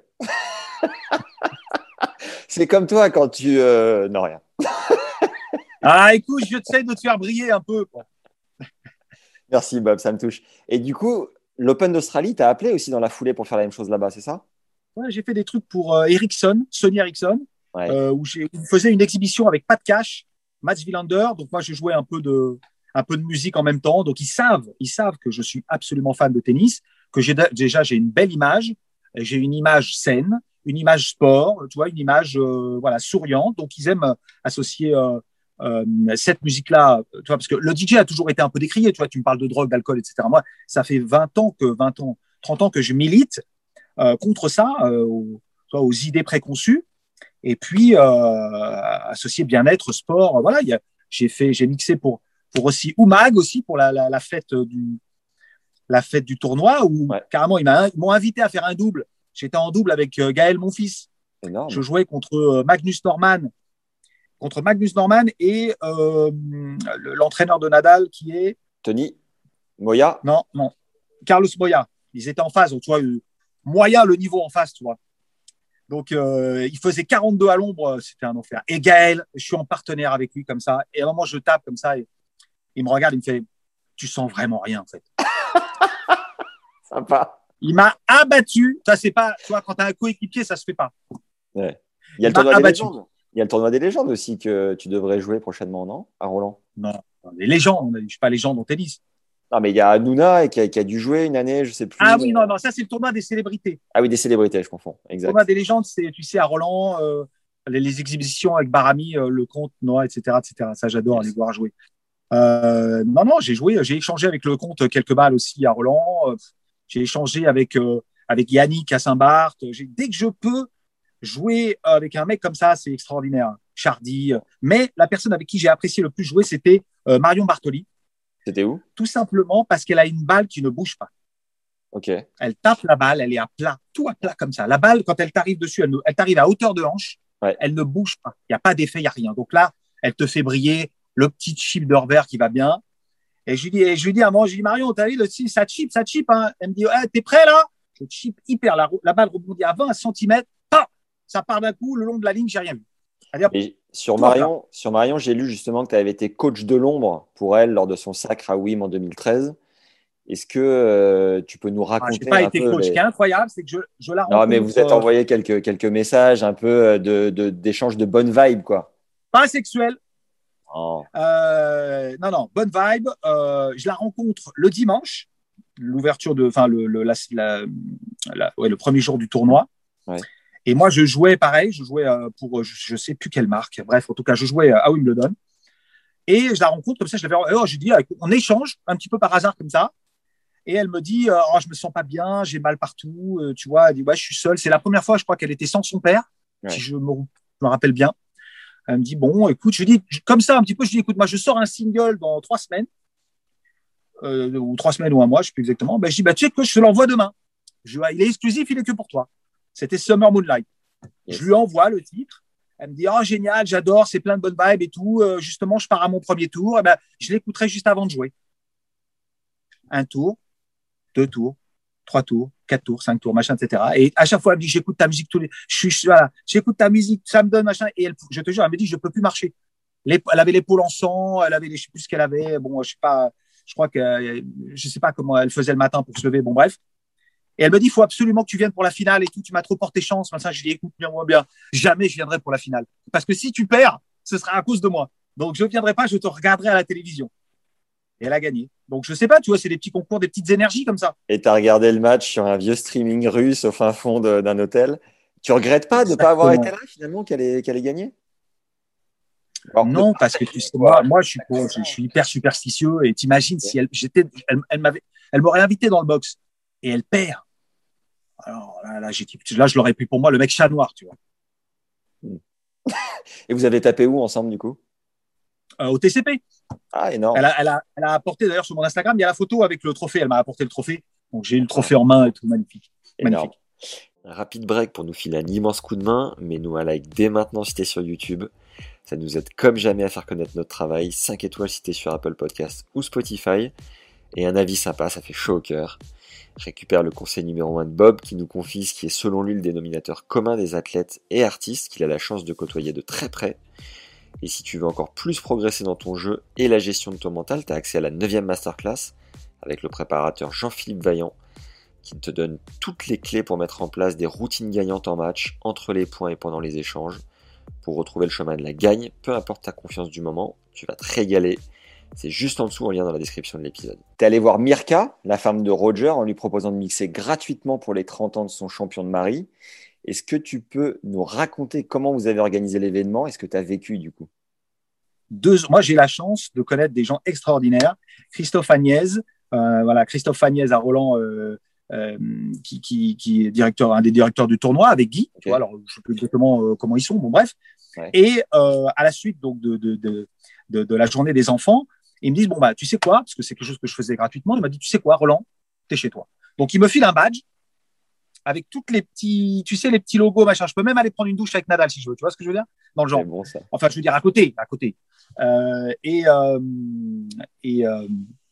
C'est comme toi quand tu euh... non rien. Ah écoute, je t'essaie de te faire briller un peu quoi. Merci Bob, ça me touche. Et du coup, l'Open d'Australie, tu as appelé aussi dans la foulée pour faire la même chose là-bas, c'est ça? Ouais, j'ai fait des trucs pour euh, Ericsson, Sony Ericsson, ouais. euh, où j'ai où je faisais une exhibition avec Pat Cash, Mats Wilander. Donc moi, je jouais un peu de un peu de musique en même temps. Donc ils savent, ils savent que je suis absolument fan de tennis, que j'ai déjà j'ai une belle image, j'ai une image saine, une image sport, tu vois, une image euh, voilà souriante. Donc ils aiment associer euh, Euh, cette musique-là, tu vois, parce que le D J a toujours été un peu décrié, tu vois, tu me parles de drogue, d'alcool, et cetera. Moi, ça fait vingt ans que, vingt ans, trente ans que je milite euh, contre ça, euh, aux, aux idées préconçues, et puis euh, associer bien-être, sport, voilà, y a, j'ai fait, j'ai mixé pour, pour aussi Oumag aussi, pour la, la, la fête du, la fête du tournoi, où ouais. carrément, ils, m'a, ils m'ont invité à faire un double. J'étais en double avec euh, Gaël, mon fils. Énorme. Je jouais contre euh, Magnus Norman, contre Magnus Norman et euh, l'entraîneur de Nadal qui est Tony Moya. Non, non, Carlos Moya. Ils étaient en phase, donc, tu vois, euh, moyen le niveau en face, tu vois. Donc, euh, il faisait quarante-deux à l'ombre, c'était un enfer. Et Gaël, je suis en partenaire avec lui comme ça. Et à un moment, je tape comme ça et il me regarde, il me fait « Tu sens vraiment rien, en fait. » Sympa. Il m'a abattu. Ça, c'est pas, tu vois, quand tu as un coéquipier, ça se fait pas. Ouais. Il y a il le tournoi des légendes. Il y a le tournoi des légendes aussi que tu devrais jouer prochainement, non? À Roland? Non, les légendes, je ne suis pas légende en tennis. Non, mais il y a Hanouna qui a, qui a dû jouer une année, je ne sais plus. Ah oui, non, non, ça c'est le tournoi des célébrités. Ah oui, des célébrités, je confonds. Exact. Le tournoi des légendes, c'est, tu sais, à Roland, euh, les, les exhibitions avec Barami, euh, Lecomte, Noah, et cetera, et cetera. Ça, j'adore yes. aller voir jouer. Euh, non, non, j'ai joué, j'ai échangé avec Lecomte quelques balles aussi à Roland. Euh, j'ai échangé avec, euh, avec Yannick à Saint-Barth. J'ai, dès que je peux jouer avec un mec comme ça, c'est extraordinaire. Chardy. Mais la personne avec qui j'ai apprécié le plus jouer, c'était euh, Marion Bartoli. C'était où? Tout simplement parce qu'elle a une balle qui ne bouge pas. Ok. Elle tape la balle, elle est à plat, tout à plat comme ça. La balle, quand elle t'arrive dessus, elle, ne, elle t'arrive à hauteur de hanche, ouais. elle ne bouge pas. Il n'y a pas d'effet, il n'y a rien. Donc là, elle te fait briller le petit chip de revers qui va bien. Et je lui dis, et je lui dis à moi, je lui dis, Marion, t'as vu, le, ça chip, ça chip. Hein. Elle me dit, hey, t'es prêt là? Je chip hyper. La, la balle rebondit à vingt centimètres. Ça part d'un coup, le long de la ligne, j'ai rien vu. Et sur Marion, sur Marion, j'ai lu justement que tu avais été coach de l'ombre pour elle lors de son sacre à Wim en deux mille treize. Est-ce que euh, tu peux nous raconter ah, j'ai pas un été peu coach. les... Ce qui est incroyable, c'est que je, je la rencontre. Non, mais vous êtes euh... envoyé quelques, quelques messages un peu de, de, d'échange de bonnes vibes, quoi. Pas sexuel. Oh. Euh, non, non, bonne vibe. Euh, je la rencontre le dimanche, l'ouverture de, enfin, le, le, la, la, la, ouais, le premier jour du tournoi. Ouais. Et moi, je jouais pareil, je jouais euh, pour, je ne sais plus quelle marque. Bref, en tout cas, je jouais à Wimbledon. Et je la rencontre comme ça, je l'avais, oh, j'ai dit, on échange un petit peu par hasard comme ça. Et elle me dit, oh, je me sens pas bien, j'ai mal partout, euh, tu vois. Elle dit, ouais, je suis seule. C'est la première fois, je crois, qu'elle était sans son père, ouais. si je me, je me rappelle bien. Elle me dit, bon, écoute, je dis, comme ça, un petit peu, je dis, écoute, moi, je sors un single dans trois semaines, euh, ou trois semaines ou un mois, je ne sais plus exactement. Ben, je dis, bah, tu sais que je te l'envoie demain. Je, il est exclusif, il est que pour toi. C'était Summer Moonlight. Yes. Je lui envoie le titre. Elle me dit, oh, génial, j'adore, c'est plein de bonnes vibes et tout. Euh, justement, je pars à mon premier tour. Et ben, je l'écouterai juste avant de jouer. Un tour, deux tours, trois tours, quatre tours, cinq tours, machin, et cetera. Et à chaque fois, elle me dit, j'écoute ta musique tous les, je suis, voilà, j'écoute ta musique, ça me donne, machin. Et elle, je te jure, elle me dit, je peux plus marcher. Les, elle avait l'épaule en sang, elle avait les, je sais plus ce qu'elle avait. Bon, je sais pas, je crois que, je sais pas comment elle faisait le matin pour se lever. Bon, bref. Et elle me dit, il faut absolument que tu viennes pour la finale et tout. Tu m'as trop porté chance. Enfin, je dis, écoute, bien, bien. Jamais je viendrai pour la finale. Parce que si tu perds, ce sera à cause de moi. Donc, je ne viendrai pas, je te regarderai à la télévision. Et elle a gagné. Donc, je sais pas, tu vois, c'est des petits concours, des petites énergies comme ça. Et tu as regardé le match sur un vieux streaming russe au fin fond de, d'un hôtel. Tu regrettes pas de ne pas avoir été là, finalement, qu'elle ait, qu'elle ait gagné? Alors, non, parce que tu sais, moi, moi je, suis, je, je suis hyper superstitieux et t'imagines si elle, j'étais, elle, elle, m'avait, elle m'aurait invité dans le box et elle perd. Alors là, là, j'ai, là, je l'aurais pris pour moi le mec chat noir, tu vois. Et vous avez tapé où ensemble, du coup? euh, Au T C P. Ah, énorme. Elle a, elle, a, elle a apporté, d'ailleurs, sur mon Instagram, il y a la photo avec le trophée. Elle m'a apporté le trophée. Donc, j'ai eu le trophée en main et tout. Magnifique. Énorme. Magnifique. Un rapide break pour nous filer un immense coup de main. Mets-nous un like dès maintenant si t'es sur YouTube. Ça nous aide comme jamais à faire connaître notre travail. cinq étoiles si t'es sur Apple Podcasts ou Spotify. Et un avis sympa, ça fait chaud au cœur. Je récupère le conseil numéro un de Bob qui nous confie ce qui est selon lui le dénominateur commun des athlètes et artistes qu'il a la chance de côtoyer de très près. Et si tu veux encore plus progresser dans ton jeu et la gestion de ton mental, tu as accès à la neuvième masterclass avec le préparateur Jean-Philippe Vaillant qui te donne toutes les clés pour mettre en place des routines gagnantes en match, entre les points et pendant les échanges. Pour retrouver le chemin de la gagne, peu importe ta confiance du moment, tu vas te régaler. C'est juste en dessous en lien dans la description de l'épisode. T'es allé voir Mirka, la femme de Roger, en lui proposant de mixer gratuitement pour les trente ans de son champion de mari. Est-ce que tu peux nous raconter comment vous avez organisé l'événement et ce que tu as vécu du coup? Deux, moi, j'ai la chance de connaître des gens extraordinaires. Christophe Agnès, euh, voilà, Christophe Agnès à Roland, euh, euh, qui, qui, qui est directeur, un des directeurs du tournoi avec Guy. Okay. Tu vois, alors, je ne sais plus exactement euh, comment ils sont, bon, bref. Ouais. Et euh, à la suite donc, de, de, de, de, de la journée des enfants, ils me disent, bon, bah, tu sais quoi, parce que c'est quelque chose que je faisais gratuitement, il m'a dit, tu sais quoi, Roland, t'es chez toi. Donc, il me file un badge avec toutes les petits, tu sais, les petits logos, machin. Je peux même aller prendre une douche avec Nadal si je veux. Tu vois ce que je veux dire? Dans le genre. C'est bon, ça. Enfin, je veux dire à côté, à côté. Euh, et, euh, et, euh,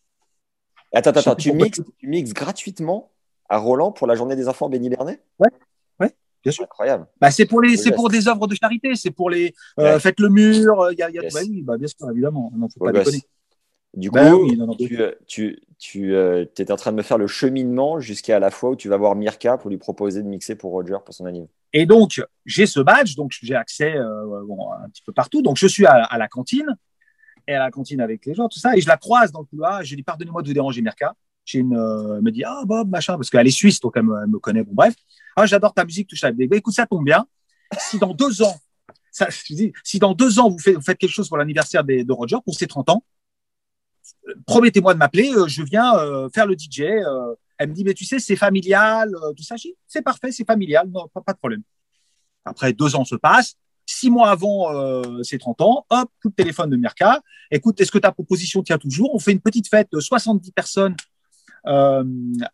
attends, attends, attends. Tu mixes, tu mixes gratuitement à Roland pour la journée des enfants Béni Bernet? Ouais, ouais, bien sûr. Incroyable. Bah, c'est pour les, c'est pour des œuvres de charité. C'est pour les, euh, ouais. Faites le mur. Il y a, il y a, yes. Bah oui, bah, bien sûr, évidemment. Non, faut pas déconner. Du coup, ben oui, non, non, tu, tu, tu euh, étais en train de me faire le cheminement jusqu'à la fois où tu vas voir Mirka pour lui proposer de mixer pour Roger pour son anniversaire. Et donc, j'ai ce badge, donc j'ai accès euh, bon, un petit peu partout. Donc, je suis à, à la cantine, et à la cantine avec les gens, tout ça, et je la croise dans le couloir. Je lui dis, pardonnez-moi de vous déranger, Mirka. J'ai une, euh, elle me dit, ah, Bob, machin, parce qu'elle est suisse, donc elle me, elle me connaît. Bon, bref. Ah, j'adore ta musique, tout ça. Mais, bah, écoute, ça tombe bien. Si dans deux ans, ça, je dis, si dans deux ans, vous faites, vous faites quelque chose pour l'anniversaire de, de Roger, pour ses trente ans, promettez-moi de m'appeler, euh, je viens euh, faire le D J. Euh, elle me dit, mais tu sais, c'est familial, euh, tout ça. Je dis, c'est parfait, c'est familial, non, pas, pas de problème. Après, deux ans se passent. Six mois avant euh, ses trente ans, hop, coup de téléphone de Mirka. Écoute, est-ce que ta proposition tient toujours? On fait une petite fête de soixante-dix personnes euh,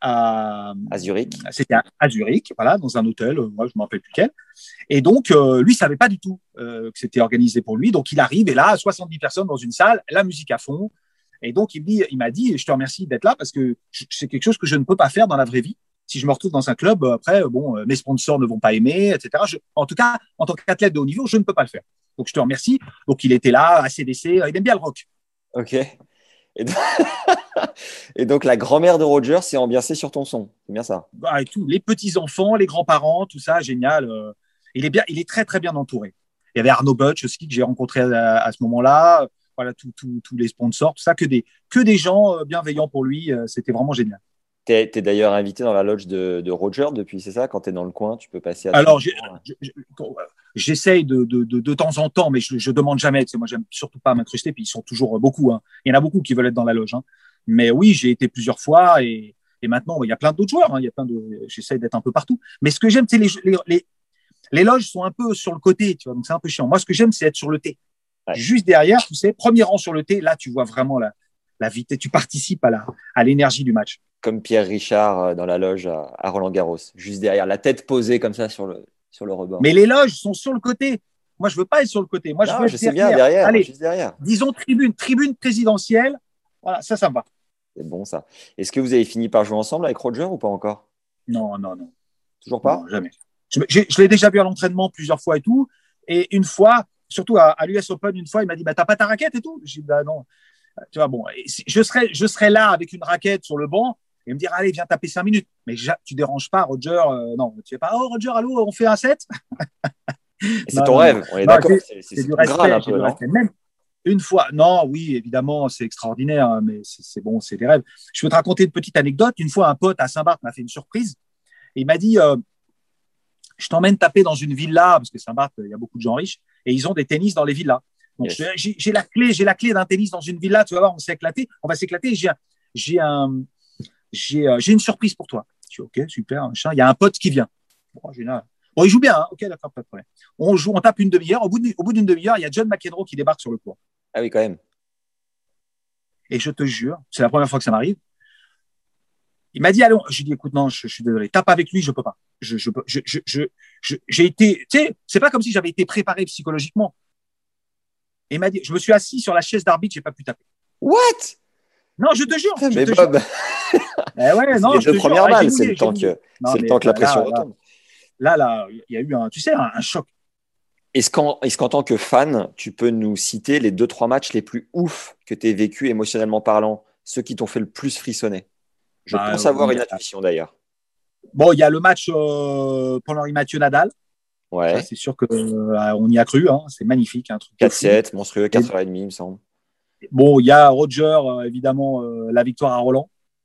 à, à Zurich. C'était à, à Zurich, voilà, dans un hôtel. Euh, moi, je ne me rappelle plus quel. Et donc, euh, lui, il savait pas du tout euh, que c'était organisé pour lui. Donc, il arrive et là, soixante-dix personnes dans une salle, la musique à fond. Et donc, il, dit, il m'a dit, je te remercie d'être là parce que c'est quelque chose que je ne peux pas faire dans la vraie vie. Si je me retrouve dans un club, après, bon, mes sponsors ne vont pas aimer, et cetera. Je, en tout cas, en tant qu'athlète de haut niveau, je ne peux pas le faire. Donc, je te remercie. Donc, il était là, A C D C, il aime bien le rock. OK. Et donc, et donc la grand-mère de Roger s'est ambiancée sur ton son. C'est bien ça? Bah, et tout, les petits-enfants, les grands-parents, tout ça, génial. Il est, bien, il est très, très bien entouré. Il y avait Arnaud Butch aussi, que j'ai rencontré à, à ce moment-là. voilà, tous tout, tout les sponsors, tout ça, que des, que des gens euh, bienveillants pour lui. Euh, c'était vraiment génial. Tu es d'ailleurs invité dans la loge de, de Roger depuis, c'est ça? Quand tu es dans le coin, tu peux passer à Alors, j'ai, j'ai, j'essaye de, de, de, de temps en temps, mais je, je demande jamais. Tu sais, moi, j'aime surtout pas m'incruster, puis ils sont toujours beaucoup. Hein. Il y en a beaucoup qui veulent être dans la loge. Hein. Mais oui, j'ai été plusieurs fois et, et maintenant, il y a plein d'autres joueurs. Hein. Il y a plein de, j'essaye d'être un peu partout. Mais ce que j'aime, c'est les, les, les, les loges sont un peu sur le côté, tu vois, donc c'est un peu chiant. Moi, ce que j'aime, c'est être sur le T. Ouais. Juste derrière, tu sais, premier rang sur le T, là, tu vois vraiment la, la vitesse, tu participes à la, à l'énergie du match. Comme Pierre Richard dans la loge à, à Roland-Garros, juste derrière, la tête posée comme ça sur le, sur le rebord. Mais les loges sont sur le côté. Moi, je veux pas être sur le côté. Moi, non, je veux je être sais derrière. bien, derrière, Allez, juste derrière. Disons tribune, tribune présidentielle. Voilà, ça, ça me va. C'est bon, ça. Est-ce que vous avez fini par jouer ensemble avec Roger ou pas encore? Non, non, non. Toujours pas? Non, jamais. Je, je, je l'ai déjà vu à l'entraînement plusieurs fois et tout. Et une fois, surtout à, à l'U S Open, une fois, il m'a dit bah, t'as pas ta raquette et tout. J'ai dit bah non. Tu vois, bon, je serais, je serais là avec une raquette sur le banc et me dire allez, viens taper cinq minutes. Mais tu déranges pas, Roger. Euh, non, tu fais pas oh, Roger, allô, on fait un set. C'est ton non, rêve, on est d'accord. C'est, c'est, c'est du respect. Un peu, respect. Même une fois, non, oui, évidemment, c'est extraordinaire, mais c'est, c'est bon, c'est des rêves. Je peux te raconter une petite anecdote. Une fois, un pote à Saint-Barth m'a fait une surprise. Et il m'a dit euh, je t'emmène taper dans une villa, parce que Saint-Barth, il y a beaucoup de gens riches, et ils ont des tennis dans les villas. Donc, yes. j'ai, j'ai la clé, j'ai la clé d'un tennis dans une villa. Tu vas voir, on s'est éclaté, on va s'éclater. J'ai, un, j'ai, un, j'ai, euh, j'ai une surprise pour toi. Je dis, ok, super. Machin. Il y a un pote qui vient. Bon, génial. Bon, il joue bien. Hein. Ok, d'accord, pas de problème. On joue, on tape une demi-heure. Au bout, de, au bout d'une demi-heure, il y a John McEnroe qui débarque sur le court. Ah oui, quand même. Et je te jure, c'est la première fois que ça m'arrive. Il m'a dit, allons. Je lui ai dit, écoute, non, je, je suis désolé. Tape avec lui, je peux pas. Je, je, je, je, je, je, j'ai été, tu sais, c'est pas comme si j'avais été préparé psychologiquement. Et il m'a dit, je me suis assis sur la chaise d'arbitre, j'ai pas pu taper. What? Non, je te jure. Mais je te Bob. Jure. Eh ouais, non, les je deux te premières jure, balles, c'est le temps que, non, c'est le temps que la pression là, retombe. Là, là, il y a eu un, tu sais, un, un choc. Est-ce qu'en, est-ce qu'en tant que fan, tu peux nous citer les deux, trois matchs les plus ouf que tu aies vécu émotionnellement parlant, ceux qui t'ont fait le plus frissonner? Je bah, pense avoir euh, une intuition d'ailleurs. Bon, il y a le match euh, Paul-Henri Mathieu-Nadal. Ouais. Ça, c'est sûr qu'on euh, y a cru. Hein. C'est magnifique. Un truc quatre sept, monstrueux, quatre heures trente, il me semble. Bon, il y a Roger, euh, évidemment, euh, la victoire à Roland.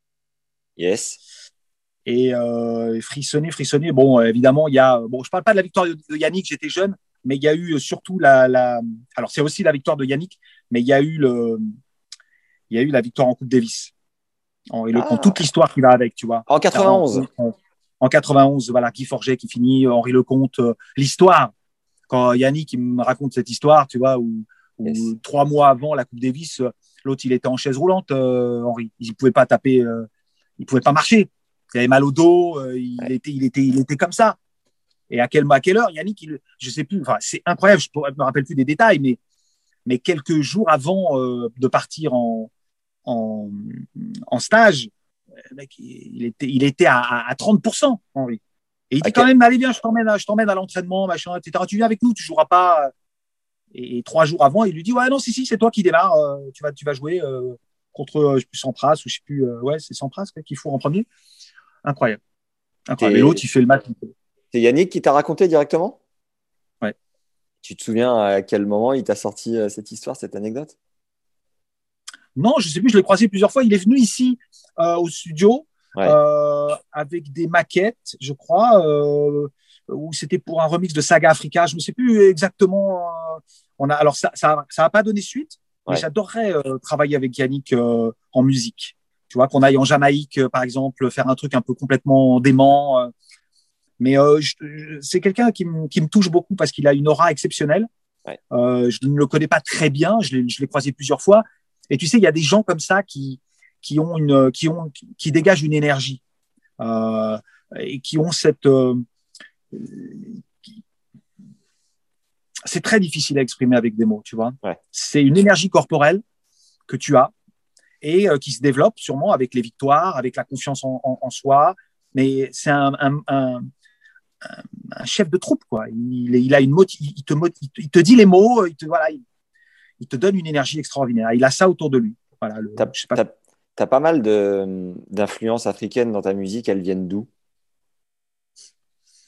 Yes. Et euh, frissonner, frissonner. Bon, évidemment, il y a. Bon, je ne parle pas de la victoire de Yannick, j'étais jeune, mais il y a eu surtout la. la... Alors, c'est aussi la victoire de Yannick, mais il y a eu, le... il y a eu la victoire en Coupe Davis. En, et le, ah. toute l'histoire qui va avec, tu vois. En quatre-vingt-onze. En, en quatre-vingt-onze, voilà, Guy Forget qui finit, Henri Lecomte, euh, l'histoire. Quand Yannick il me raconte cette histoire, tu vois, où, où yes. trois mois avant la Coupe Davis, l'autre il était en chaise roulante, euh, Henri. Il ne pouvait pas taper, euh, il ne pouvait pas marcher. Il avait mal au dos, euh, il, ouais. était, il, était, il était comme ça. Et à quelle, à quelle heure, Yannick, il, je ne sais plus, enfin, c'est incroyable, je ne me rappelle plus des détails, mais, mais quelques jours avant euh, de partir en, en, en stage, le mec, il était, il était à, à trente pour cent, Henri. Et il dit okay. quand même, allez, viens, je t'emmène à, je t'emmène à l'entraînement, machin, et cetera. Tu viens avec nous, tu joueras pas. Et, et trois jours avant, il lui dit, ouais, non, si, si, c'est toi qui démarres, euh, tu vas, tu vas jouer euh, contre, euh, je sais plus, Sampras, ou je sais plus, euh, ouais, c'est Sampras qu'il faut en premier. Incroyable. Incroyable. Et l'autre, il fait le match. C'est Yannick qui t'a raconté directement? Ouais. Tu te souviens à quel moment il t'a sorti euh, cette histoire, cette anecdote? Non, je ne sais plus, je l'ai croisé plusieurs fois. Il est venu ici euh, au studio ouais. euh, avec des maquettes, je crois, euh, où c'était pour un remix de Saga Africa. Je ne sais plus exactement. Euh, on a, alors, ça n'a ça, ça pas donné suite, ouais. mais j'adorerais euh, travailler avec Yannick euh, en musique. Tu vois, qu'on aille en Jamaïque, euh, par exemple, faire un truc un peu complètement dément. Euh. Mais euh, je, je, c'est quelqu'un qui, m- qui me touche beaucoup parce qu'il a une aura exceptionnelle. Ouais. Euh, je ne le connais pas très bien, je l'ai, je l'ai croisé plusieurs fois. Et tu sais, il y a des gens comme ça qui, qui ont une, qui ont, qui dégagent une énergie, euh, et qui ont cette, euh, qui... c'est très difficile à exprimer avec des mots, tu vois. Ouais. C'est une énergie corporelle que tu as et euh, qui se développe sûrement avec les victoires, avec la confiance en, en, en soi. Mais c'est un, un, un, un, un chef de troupe, quoi. Il, il a une moti- il te, il te, il te dit les mots, il te, voilà, il, il te donne une énergie extraordinaire. Il a ça autour de lui. Voilà, le, t'as, je sais pas. T'as, t'as pas mal de, d'influences africaines dans ta musique. Elles viennent d'où?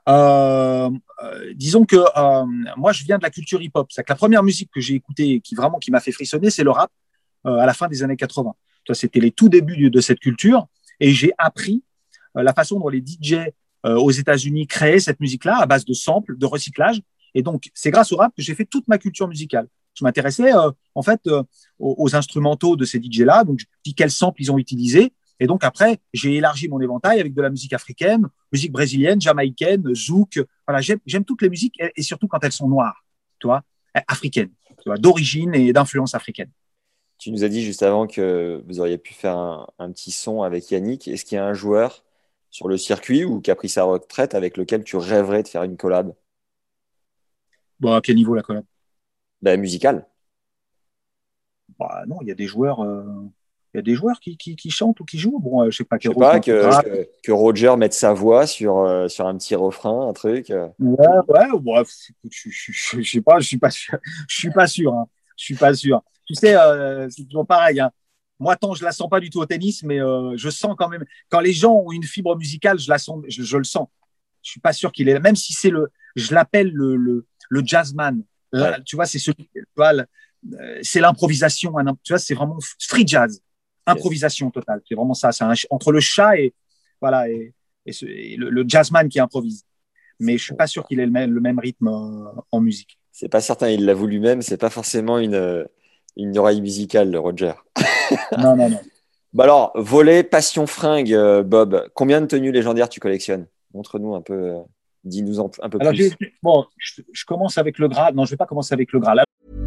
Euh, euh, disons que euh, moi, je viens de la culture hip-hop. C'est que la première musique que j'ai écoutée, qui vraiment qui m'a fait frissonner, c'est le rap euh, à la fin des années quatre-vingts. C'était les tout débuts de cette culture, et j'ai appris euh, la façon dont les D J euh, aux États-Unis créaient cette musique-là à base de samples, de recyclage. Et donc, c'est grâce au rap que j'ai fait toute ma culture musicale. Je m'intéressais euh, en fait euh, aux, aux instrumentaux de ces D J-là, donc je dis quels samples ils ont utilisés. Et donc après, j'ai élargi mon éventail avec de la musique africaine, musique brésilienne, jamaïcaine, zouk. Voilà, j'aime, j'aime toutes les musiques, et, et surtout quand elles sont noires, tu vois, africaines, tu vois, d'origine et d'influence africaine. Tu nous as dit juste avant que vous auriez pu faire un, un petit son avec Yannick. Est-ce qu'il y a un joueur sur le circuit ou qui a pris sa retraite avec lequel tu rêverais de faire une collab? Bon, à quel niveau la collab? Ben, musicale. Bah, non, il y a des joueurs, euh, il y a des joueurs qui, qui, qui chantent ou qui jouent. Bon, euh, je sais pas. Je sais pas que, que, que Roger mette sa voix sur, euh, sur un petit refrain, un truc. Ouais, ouais, ouais. Je, je, je, je sais pas, je suis pas sûr. Je suis pas sûr. Hein. Je suis pas sûr. Tu sais, euh, c'est toujours pareil. Hein. Moi, tant je la sens pas du tout au tennis, mais euh, je sens quand même. Quand les gens ont une fibre musicale, je la sens, je, je le sens. Je suis pas sûr qu'il est là. Même si c'est le, je l'appelle le, le, le jazzman. Là, ouais. Tu vois, c'est celui, tu vois, le, c'est l'improvisation. Hein, tu vois, c'est vraiment street jazz, improvisation yes. totale. C'est vraiment ça. C'est un, entre le chat et voilà et, et, ce, et le, le jazzman qui improvise. Mais je suis pas sûr qu'il ait le même, le même rythme euh, en musique. C'est pas certain. Il l'avoue lui-même. C'est pas forcément une une oreille musicale, le Roger. Non, non, non. Bah alors, volet, passion, fringue, euh, Bob. Combien de tenues légendaires tu collectionnes? Montre-nous un peu. Euh, dis-nous un, un peu alors, plus. J'ai, bon, je, je commence avec le Graal. Non, je vais pas commencer avec le Graal.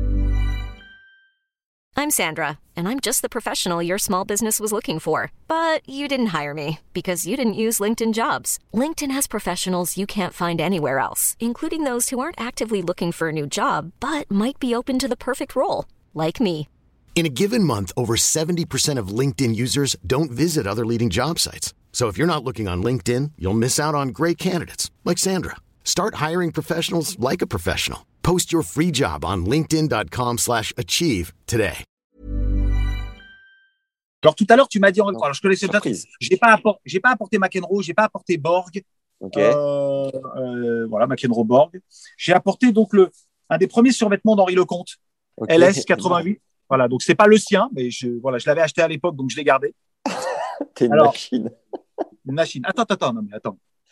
I'm Sandra, and I'm just the professional your small business was looking for. But you didn't hire me because you didn't use LinkedIn Jobs. LinkedIn has professionals you can't find anywhere else, including those who aren't actively looking for a new job, but might be open to the perfect role, like me. In a given month, over seventy percent of LinkedIn users don't visit other leading job sites. So if you're not looking on LinkedIn, you'll miss out on great candidates like Sandra. Start hiring professionals like a professional. Post your free job on linkedin.com slash achieve today. Alors tout à l'heure, tu m'as dit, alors je te laisse peut-être, j'ai pas apporté, j'ai pas apporté McEnroe, j'ai pas apporté Borg. Okay. Euh, euh, voilà, McEnroe Borg. J'ai apporté donc le un des premiers survêtements d'Henri Lecomte, okay. L S quatre-vingt-huit. Voilà, donc c'est pas le sien, mais je voilà, je l'avais acheté à l'époque, donc je l'ai gardé. T'es une alors, machine. Une machine. Attends, attends, non mais attends.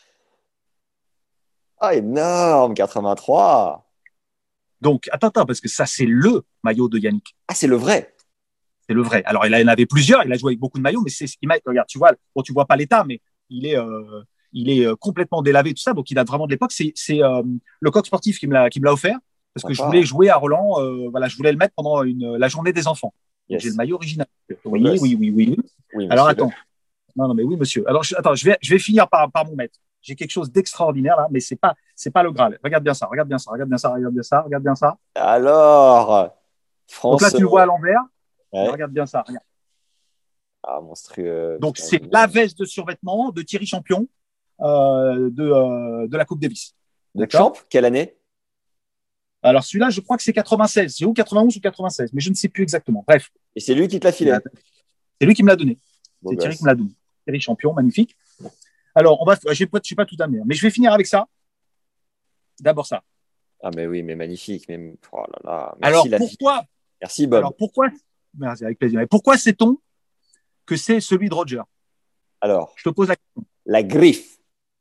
Ah, énorme, quatre-vingt-trois. Donc, attends, attends, parce que ça, c'est le maillot de Yannick. Ah, c'est le vrai. C'est le vrai. Alors, il en avait plusieurs, il a joué avec beaucoup de maillots, mais c'est ce qui m'a. Regarde, tu vois, bon, tu vois pas l'état, mais il est, euh, il est complètement délavé, tout ça. Donc, il date vraiment de l'époque. C'est, c'est euh, le coq sportif qui me l'a, qui me l'a offert, parce que D'accord. je voulais jouer à Roland. Euh, voilà, je voulais le mettre pendant une, la journée des enfants. Yes. J'ai le maillot original. Oui, oui, oui, oui, oui. oui Alors, attends. Non, non, mais oui, monsieur. Alors, je, attends, je vais, je vais finir par, par mon maître. J'ai quelque chose d'extraordinaire là, mais c'est pas, c'est pas le Graal. Regarde bien ça, regarde bien ça, regarde bien ça, regarde bien ça, regarde bien ça. Alors, France. Donc là, tu le vois à l'envers. Ouais. Regarde bien ça. Regarde. Ah, monstrueux. Donc c'est la veste de survêtement de Thierry Champion euh, de euh, de la Coupe Davis. De Champ, quelle année? Alors celui-là, je crois que c'est quatre-vingt-seize. C'est ou quatre-vingt-onze ou quatre-vingt-seize, mais je ne sais plus exactement. Bref. Et c'est lui qui te l'a filé. C'est lui qui me l'a donné. Bon c'est gosse. Thierry qui me l'a donné. Thierry Champion, magnifique. Alors, on va, je ne suis pas tout amené, mais je vais finir avec ça. D'abord ça. Ah, mais oui, mais magnifique. Mais, oh là là. Merci, alors, la pourquoi vie. Merci, Bob. Alors, pourquoi Merci, avec plaisir. Et pourquoi sait-on que c'est celui de Roger? Alors, je te pose la question. La griffe.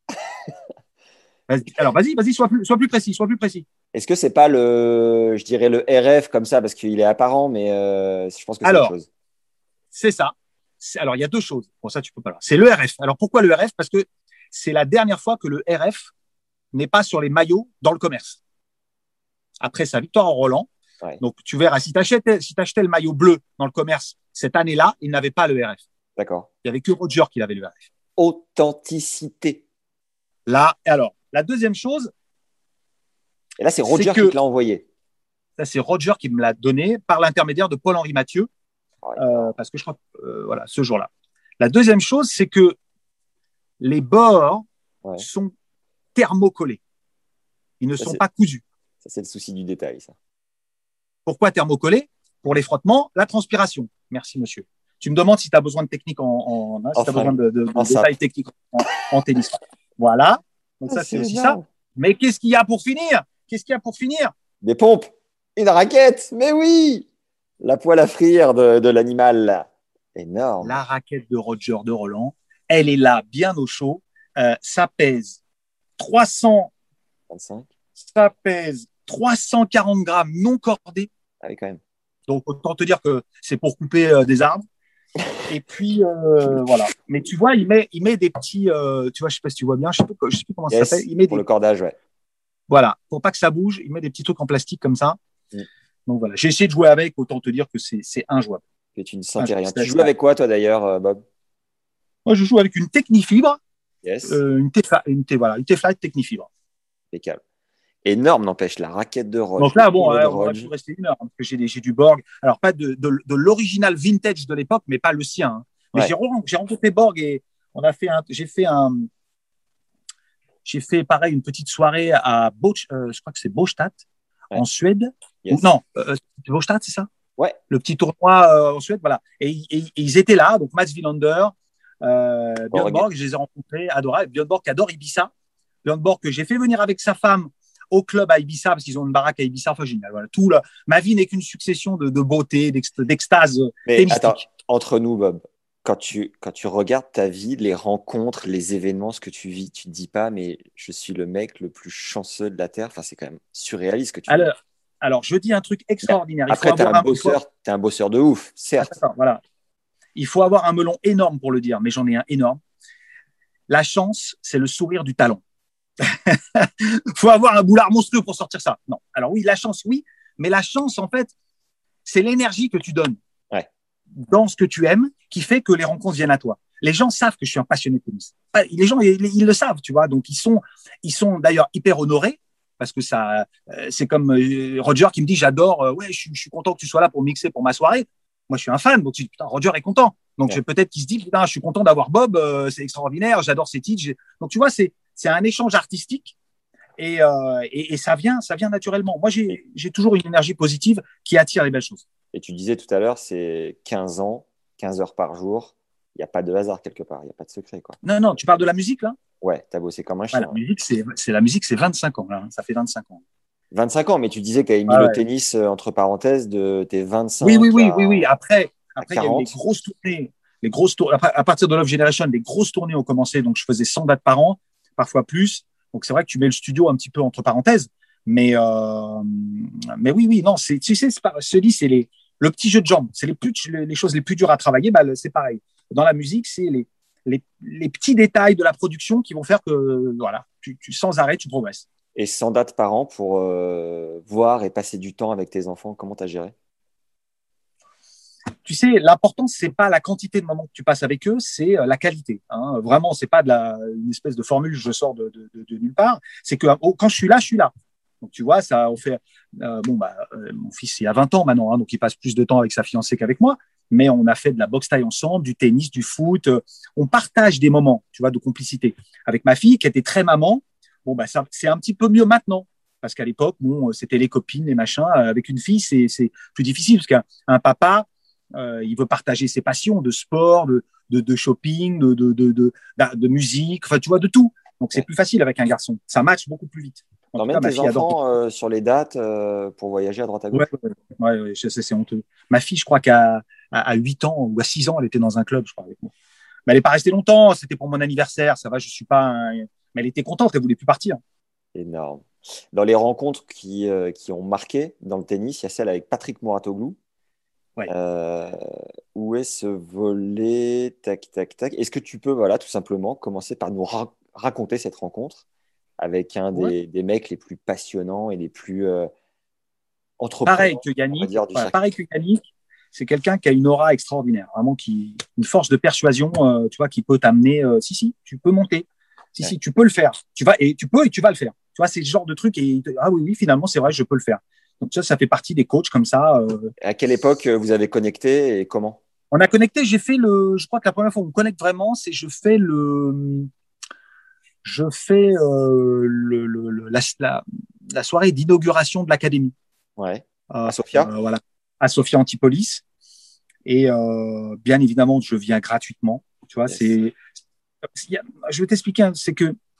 Vas-y. Alors, vas-y, vas-y, sois plus, sois plus précis, sois plus précis. Est-ce que c'est pas le, je dirais le R F comme ça, parce qu'il est apparent, mais euh, je pense que c'est alors, autre chose. C'est ça. Alors, il y a deux choses. Bon, ça, tu peux pas. Là. C'est le R F. Alors, pourquoi le R F? Parce que c'est la dernière fois que le R F n'est pas sur les maillots dans le commerce. Après sa victoire en Roland. Ouais. Donc, tu verras, si tu achetais, si t'achetais le maillot bleu dans le commerce cette année-là, il n'avait pas le R F. D'accord. Il n'y avait que Roger qui avait le R F. Authenticité. Là, alors, la deuxième chose. Et là, c'est Roger c'est que, qui te l'a envoyé. Ça, c'est Roger qui me l'a donné par l'intermédiaire de Paul-Henri Mathieu. Ouais. Euh, parce que je crois, euh, voilà, ce jour-là. La deuxième chose, c'est que les bords ouais. sont thermocollés. Ils ne ça, sont c'est... pas cousus. Ça, c'est le souci du détail, ça. Pourquoi thermocollés? Pour les frottements, la transpiration. Merci, monsieur. Tu me demandes si tu as besoin de technique en, en hein, si tu as besoin de, de, de en détails techniques en, en tennis. Voilà. Donc Ah, ça, c'est c'est aussi énorme. ça. Mais qu'est-ce qu'il y a pour finir? Qu'est-ce qu'il y a pour finir? Des pompes, une raquette, mais oui, la poêle à frire de, de l'animal, là. Énorme. La raquette de Roger de Roland, elle est là, bien au chaud. Euh, ça pèse trois cents, vingt-cinq. ça pèse trois cent quarante grammes non cordés. Ah oui, quand même. Donc, autant te dire que c'est pour couper euh, des arbres. Et puis, euh, voilà. Mais tu vois, il met, il met des petits, euh, tu vois, je sais pas si tu vois bien, je sais, pas, je sais plus comment Yes, ça s'appelle. Il met pour des, le cordage, ouais. voilà, pour pas que ça bouge, il met des petits trucs en plastique comme ça. Mm. Donc voilà, j'ai essayé de jouer avec, autant te dire que c'est, c'est injouable. Et tu ne sentais Ah, rien. c'est- Tu joues avec quoi, toi, d'ailleurs, euh, Bob? Moi, je joue avec une Technifibre, Yes, euh, une T-Flight, une T, voilà, une T-Flight Technifibre. impeccable. Énorme, n'empêche, la raquette de Roche. Donc là, le bon, rouleau euh, de on aurait Roche. pu rester une heure, hein, parce que j'ai, des, j'ai du Borg. Alors, pas de, de, de l'original vintage de l'époque, mais pas le sien. Hein. Mais Ouais. j'ai, re- j'ai rencontré Borg et on a fait un, j'ai fait un, j'ai fait pareil une petite soirée à Boch, euh, je crois que c'est Båstad, Ouais. en Suède. Yes. Ou non, euh, c'est Båstad, c'est ça? Ouais. Le petit tournoi euh, en Suède, voilà. Et, et- et ils étaient là, donc Mats Wilander, euh, Björn Borg. Borg, je les ai rencontrés, adorables. Björn Borg qui adore Ibiza. Björn Borg que j'ai fait venir avec sa femme au club à Ibiza parce qu'ils ont une baraque à Ibiza, enfin génial. Voilà, tout le, ma vie n'est qu'une succession de, de beauté, d'ext- d'extase Mais tennistique. attends, entre nous, Bob, quand tu, quand tu regardes ta vie, les rencontres, les événements, ce que tu vis, tu te dis pas, mais je suis le mec le plus chanceux de la Terre. Enfin, c'est quand même surréaliste ce que tu vis. Alors, alors, je dis un truc extraordinaire. Il Après, faut t'es avoir un un, il faut- bosseur, t'es un bosseur de ouf, certes. Attends, voilà. Il faut avoir un melon énorme pour le dire, mais j'en ai un énorme. La chance, c'est le sourire du talent. Il faut avoir un boulard monstrueux pour sortir ça. Non. Alors oui, la chance, oui, mais la chance, en fait, c'est l'énergie que tu donnes Ouais. dans ce que tu aimes qui fait que les rencontres viennent à toi. Les gens savent que je suis un passionné de tennis. Les gens, ils, ils le savent, tu vois. Donc ils sont, ils sont d'ailleurs hyper honorés parce que ça, euh, c'est comme euh, Roger qui me dit, j'adore, euh, ouais, je, suis- je suis content que tu sois là pour mixer pour ma soirée. Moi, je suis un fan, donc je dis, putain, Roger est content. Donc Ouais. je- peut-être qu'il se dit, putain, je suis content d'avoir Bob, euh, c'est extraordinaire, j'adore ses titres. J'ai- Donc tu vois, c'est, c'est un échange artistique. Et, euh, et, et ça vient, ça vient naturellement. Moi, j'ai, j'ai toujours une énergie positive qui attire les belles choses. Et tu disais tout à l'heure, c'est quinze ans, quinze heures par jour. Il n'y a pas de hasard quelque part, il n'y a pas de secret, quoi. Non, non, tu parles de la musique là. Ouais, t'as bossé comme un chien. Ouais, la musique, c'est, c'est la musique, c'est vingt-cinq ans là. hein. Ça fait vingt-cinq ans. vingt-cinq ans, mais tu disais que tu avais mis Ah le ouais. tennis euh, entre parenthèses de tes vingt-cinq Oui, oui, oui, à- oui, oui. Après, après, il y a eu quarante. les grosses tournées, les grosses tournées. Après, à partir de Love Generation, les grosses tournées ont commencé. Donc, je faisais cent dates par an, parfois plus. Donc, c'est vrai que tu mets le studio un petit peu entre parenthèses. Mais, euh, mais oui, oui, non, c'est, tu sais, c'est pas, je te dis, c'est les, le petit jeu de jambes. C'est les plus, les, les choses les plus dures à travailler. Bah, c'est pareil. Dans la musique, c'est les, les, les petits détails de la production qui vont faire que, voilà, tu, tu, sans arrêt, tu progresses. Et cent dates par an pour euh, voir et passer du temps avec tes enfants. Comment t'as géré? Tu sais, l'important, c'est pas la quantité de moments que tu passes avec eux, c'est euh, la qualité. Hein. Vraiment, c'est pas de la, une espèce de formule je sors de, de, de, de nulle part. C'est que oh, quand je suis là, je suis là. Donc tu vois, ça, on fait. Euh, bon bah, euh, mon fils il a vingt ans maintenant, hein, donc il passe plus de temps avec sa fiancée qu'avec moi. Mais on a fait de la boxe taille ensemble, du tennis, du foot. Euh, on partage des moments, tu vois, de complicité. Avec ma fille qui était très maman. Bon bah, ça, c'est un petit peu mieux maintenant. Parce qu'à l'époque, bon, c'était les copines, les machins. Avec une fille, c'est, c'est plus difficile parce qu'un un papa, euh, il veut partager ses passions de sport, de, de, de shopping, de, de, de, de, de musique, enfin, tu vois, de tout. Donc, c'est Ouais. plus facile avec un garçon. Ça match beaucoup plus vite. En tout T'emmènes cas, ma tes fille adore. enfants euh, sur les dates euh, pour voyager à droite à gauche? Ouais, ouais, ouais, ouais, je sais, c'est honteux. Ma fille, je crois qu'à à, à huit ans ou à six ans, elle était dans un club, je crois, avec moi. Mais elle n'est pas restée longtemps. C'était pour mon anniversaire. Ça va, je suis pas un... Mais elle était contente. Elle voulait plus partir. Énorme. Dans les rencontres qui, euh, qui ont marqué dans le tennis, il y a celle avec Patrick Mouratoglou. Ouais. Euh, où est ce volet? Tac, tac, tac. Est-ce que tu peux, voilà, tout simplement, commencer par nous ra- raconter cette rencontre avec un des, Ouais. des mecs les plus passionnants et les plus euh, entrepreneurs, Pareil que on va Yannick. dire, du Voilà, circuit. pareil que Yannick. C'est quelqu'un qui a une aura extraordinaire, vraiment qui une force de persuasion, euh, tu vois, qui peut t'amener. Euh, si si, tu peux monter. Si Ouais. si, tu peux le faire. Tu vas et tu peux et tu vas le faire. Tu vois, c'est ce genre de truc et ah oui oui, finalement c'est vrai, je peux le faire. Donc ça, ça fait partie des coachs comme ça. Euh, À quelle époque euh, vous avez connecté et comment? On a connecté. J'ai fait le. Je crois que la première fois où on connecte vraiment, c'est je fais le. Je fais euh, le, le, le la, la, la soirée d'inauguration de l'académie. Ouais. Euh, À Sofia? euh, voilà, à Sofia Antipolis. Et euh, bien évidemment, je viens gratuitement. Tu vois, Yes. c'est. il y a- Je vais t'expliquer. hein, C'est que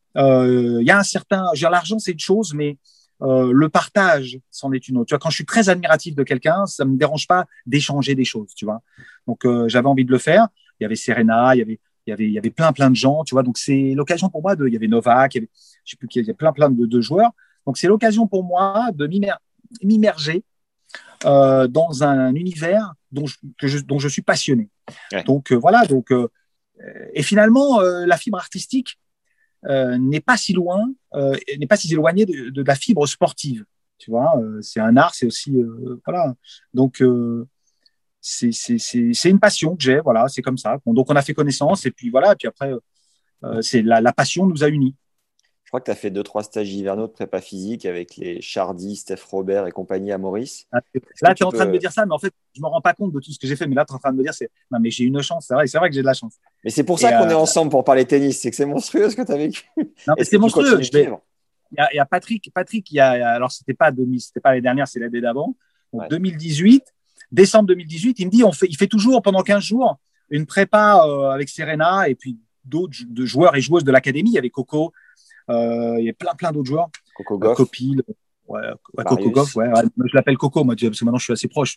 euh, il y a un certain, je veux dire, l'argent c'est une chose, mais euh, le partage c'en est une autre. Tu vois, quand je suis très admiratif de quelqu'un, ça me dérange pas d'échanger des choses, tu vois. Donc euh, j'avais envie de le faire. Il y avait Serena, il y avait, il y avait, il y avait plein plein de gens, tu vois. Donc c'est l'occasion pour moi de, il y avait Novak, il y avait, je sais plus, il y avait plein plein de, de joueurs. Donc c'est l'occasion pour moi de m'imer- m'immerger euh, dans un univers dont je, que je, dont je suis passionné. Ouais. Donc euh, voilà. Donc euh, et finalement euh, la fibre artistique euh, n'est pas si loin, euh, n'est pas si éloignée de, de, de la fibre sportive. Tu vois, euh, c'est un art, c'est aussi euh, voilà. Donc euh, c'est c'est c'est c'est une passion que j'ai. Voilà, c'est comme ça. Bon, donc on a fait connaissance et puis voilà. Et puis après euh, c'est la, la passion nous a unis. Je crois que tu as fait deux, trois stages hivernaux de prépa physique avec les Chardy, Steph Robert et compagnie à Maurice. Ah, là, tu es en peux... train de me dire ça, mais en fait, je ne me rends pas compte de tout ce que j'ai fait. Mais là, tu es en train de me dire, c'est non, mais j'ai une chance. C'est vrai, c'est vrai que j'ai de la chance. Mais c'est pour ça et qu'on euh... est ensemble pour parler tennis. C'est que c'est monstrueux ce que tu as vécu. Non, mais c'est monstrueux. Il y, a, il y a Patrick. Patrick, il y a, alors, ce n'était pas, c'était pas l'année dernière, c'est l'année d'avant. Donc, ouais. deux mille dix-huit, décembre deux mille dix-huit, il me dit, on fait, il fait toujours pendant quinze jours une prépa euh, avec Serena et puis d'autres de joueurs et joueuses de l'académie. Il y avait Coco. Euh, il y a plein plein d'autres joueurs. Coco Gauff. Euh, Copil, ouais, ouais, Coco Gauff, ouais, ouais. Je l'appelle Coco, moi, parce que maintenant je suis assez proche.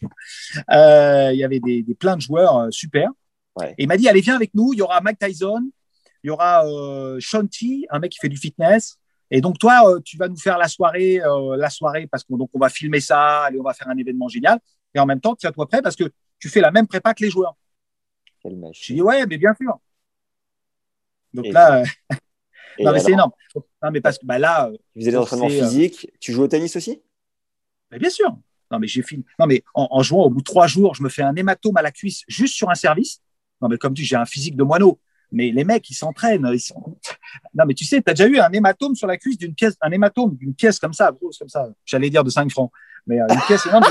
Euh, il y avait des, des plein de joueurs euh, super. Ouais. Et il m'a dit allez viens avec nous. Il y aura Mike Tyson, il y aura euh, Shaun T, un mec qui fait du fitness. Et donc toi, euh, tu vas nous faire la soirée, euh, la soirée parce qu'on donc on va filmer ça, allez, on va faire un événement génial. Et en même temps, tiens-toi prêt parce que tu fais la même prépa que les joueurs. Quelle machine. J'ai dit ouais, mais bien sûr. Donc et là. Euh, non, mais alors, c'est énorme. Non, mais parce que bah, là. Tu faisais des entraînements physiques. Euh... Tu joues au tennis aussi? Mais bien sûr. Non, mais j'ai fini. Non, mais en, en jouant, au bout de trois jours, je me fais un hématome à la cuisse juste sur un service. Non, mais comme tu dis, j'ai un physique de moineau. Mais les mecs, ils s'entraînent. Ils sont... Non, mais tu sais, tu as déjà eu un hématome sur la cuisse d'une pièce, un hématome d'une pièce comme ça, grosse comme ça. J'allais dire de cinq francs. Mais euh, une pièce énorme.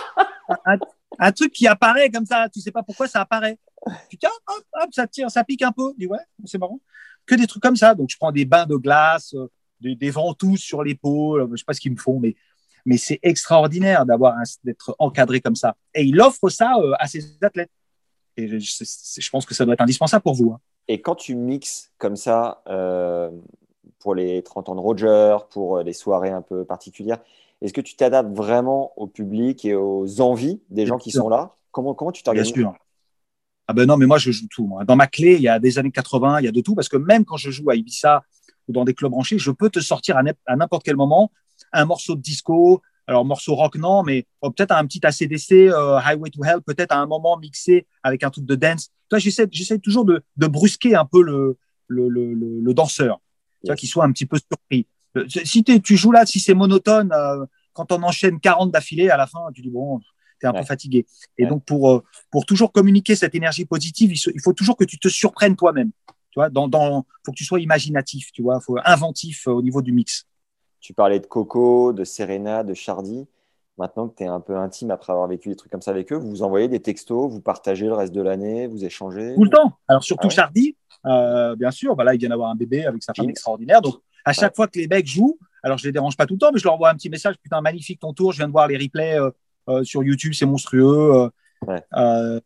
un, un truc qui apparaît comme ça. Tu sais pas pourquoi ça apparaît. Tu tiens, hop, hop, ça tire, ça pique un peu. Tu dis, ouais, c'est marrant. Que des trucs comme ça. Donc, je prends des bains de glace, euh, des, des ventouses sur l'épaule. Euh, je ne sais pas ce qu'ils me font, mais, mais c'est extraordinaire d'avoir un, d'être encadré comme ça. Et il offre ça euh, à ses athlètes. Et je, c'est, c'est, je pense que ça doit être indispensable pour vous. Hein. Et quand tu mixes comme ça, euh, pour les trente ans de Roger, pour les soirées un peu particulières, est-ce que tu t'adaptes vraiment au public et aux envies des Bien gens qui sûr. sont là? Comment, comment tu t'organises? Bien sûr. Ah ben non, mais moi, je joue tout. Moi. Dans ma clé, il y a des années quatre-vingts, il y a de tout. Parce que même quand je joue à Ibiza ou dans des clubs branchés, je peux te sortir à, n- à n'importe quel moment un morceau de disco. Alors, morceau rock, non, mais oh, peut-être un petit A C D C, euh, Highway to Hell, peut-être à un moment mixé avec un truc de dance. Toi, j'essaie, j'essaie toujours de, de brusquer un peu le, le, le, le, le danseur, tu vois, qu'il soit un petit peu surpris. Si tu joues là, si c'est monotone, euh, quand on enchaîne quarante d'affilée, à la fin, tu dis bon... tu es un ouais. peu fatigué. Et ouais. donc, pour, pour toujours communiquer cette énergie positive, il faut toujours que tu te surprennes toi-même. Tu vois, dans, dans, faut que tu sois imaginatif, tu vois, faut inventif au niveau du mix. Tu parlais de Coco, de Serena, de Chardy. Maintenant que tu es un peu intime après avoir vécu des trucs comme ça avec eux, vous vous envoyez des textos, vous partagez le reste de l'année, vous échangez? Tout le temps. Alors, surtout ah ouais. Chardy, euh, bien sûr, bah là, il vient d'avoir un bébé avec sa femme Jeans. extraordinaire. Donc, à chaque ouais. fois que les mecs jouent, alors je les dérange pas tout le temps, mais je leur envoie un petit message, putain, magnifique ton tour, je viens de voir les replays euh, Euh, sur YouTube, c'est monstrueux. Euh, ouais. euh,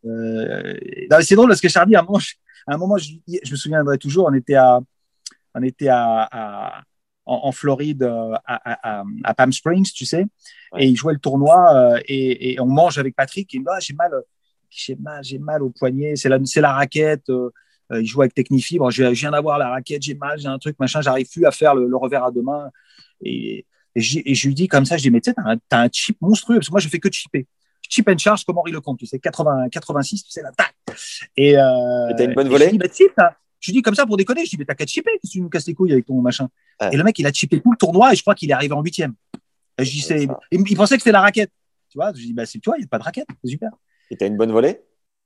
euh, c'est drôle parce que Chardy, à un moment, je, à un moment je, je me souviendrai toujours, on était à, on était à, à en, en Floride, à, à, à Palm Springs, tu sais, ouais. et il jouait le tournoi euh, et, et on mange avec Patrick. Et il me dit, ah, j'ai mal, j'ai mal, j'ai mal au poignet. C'est la, c'est la raquette. Euh, il joue avec Technifibre. Je, je viens d'avoir la raquette, j'ai mal, j'ai un truc, machin. J'arrive plus à faire le, le revers à deux mains. Et Et, et je lui dis comme ça, je dis, mais tu sais, t'as un, t'as un chip monstrueux, parce que moi, je fais que chipper. Chip and charge comme Henri Lecomte, tu sais, quatre-vingts, quatre-vingt-six, tu sais, là, tac. Et, euh, et t'as une bonne volée? Je dis, bah, tu sais, je dis comme ça pour déconner, je dis, mais t'as qu'à chipper, qu'est-ce que tu nous casses les couilles avec ton machin? Ouais. Et le mec, il a chippé tout le tournoi, et je crois qu'il est arrivé en huitième. Et je dis, c'est, il, il pensait que c'était la raquette. Tu vois, je dis, bah, c'est, tu vois, il n'y a pas de raquette, c'est super. Et t'as une bonne volée?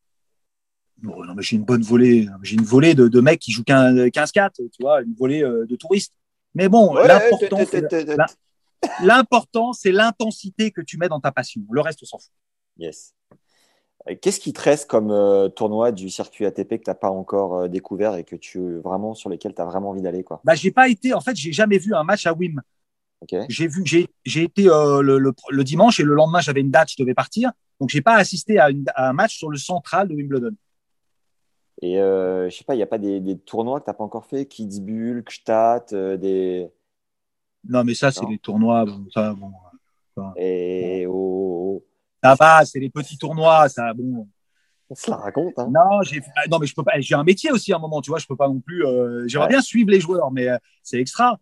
Bon, non, mais j'ai une bonne volée. J'ai une volée de, de mecs qui jouent quinze quatre, tu vois, une volée de touristes. Mais bon, ouais, l'important, c'est la, l'important, c'est l'intensité que tu mets dans ta passion. Le reste, on s'en fout. Yes. Qu'est-ce qui te reste comme euh, tournoi du circuit A T P que tu n'as pas encore euh, découvert et que tu, vraiment, sur lesquels tu as vraiment envie d'aller, quoi? Bah, j'ai pas été, en fait, j'ai jamais vu un match à Wim. Okay. J'ai, vu, j'ai, j'ai été euh, le, le, le dimanche et le lendemain, j'avais une date, je devais partir. Donc, j'ai pas assisté à, une, à un match sur le central de Wimbledon. Et euh, je sais pas, il n'y a pas des, des tournois que tu n'as pas encore fait, Kitzbühel, Gstaad, euh, des. Non, mais ça, c'est Non. les tournois. Bon, ça, bon, ça, Et oh, oh, ça va, c'est les petits tournois. Ça, bon. on se la raconte, hein. Non, j'ai, non, mais je peux pas. J'ai un métier aussi à un moment, tu vois. Je peux pas non plus. Euh, j'aimerais Ouais. bien suivre les joueurs, mais euh, c'est extra.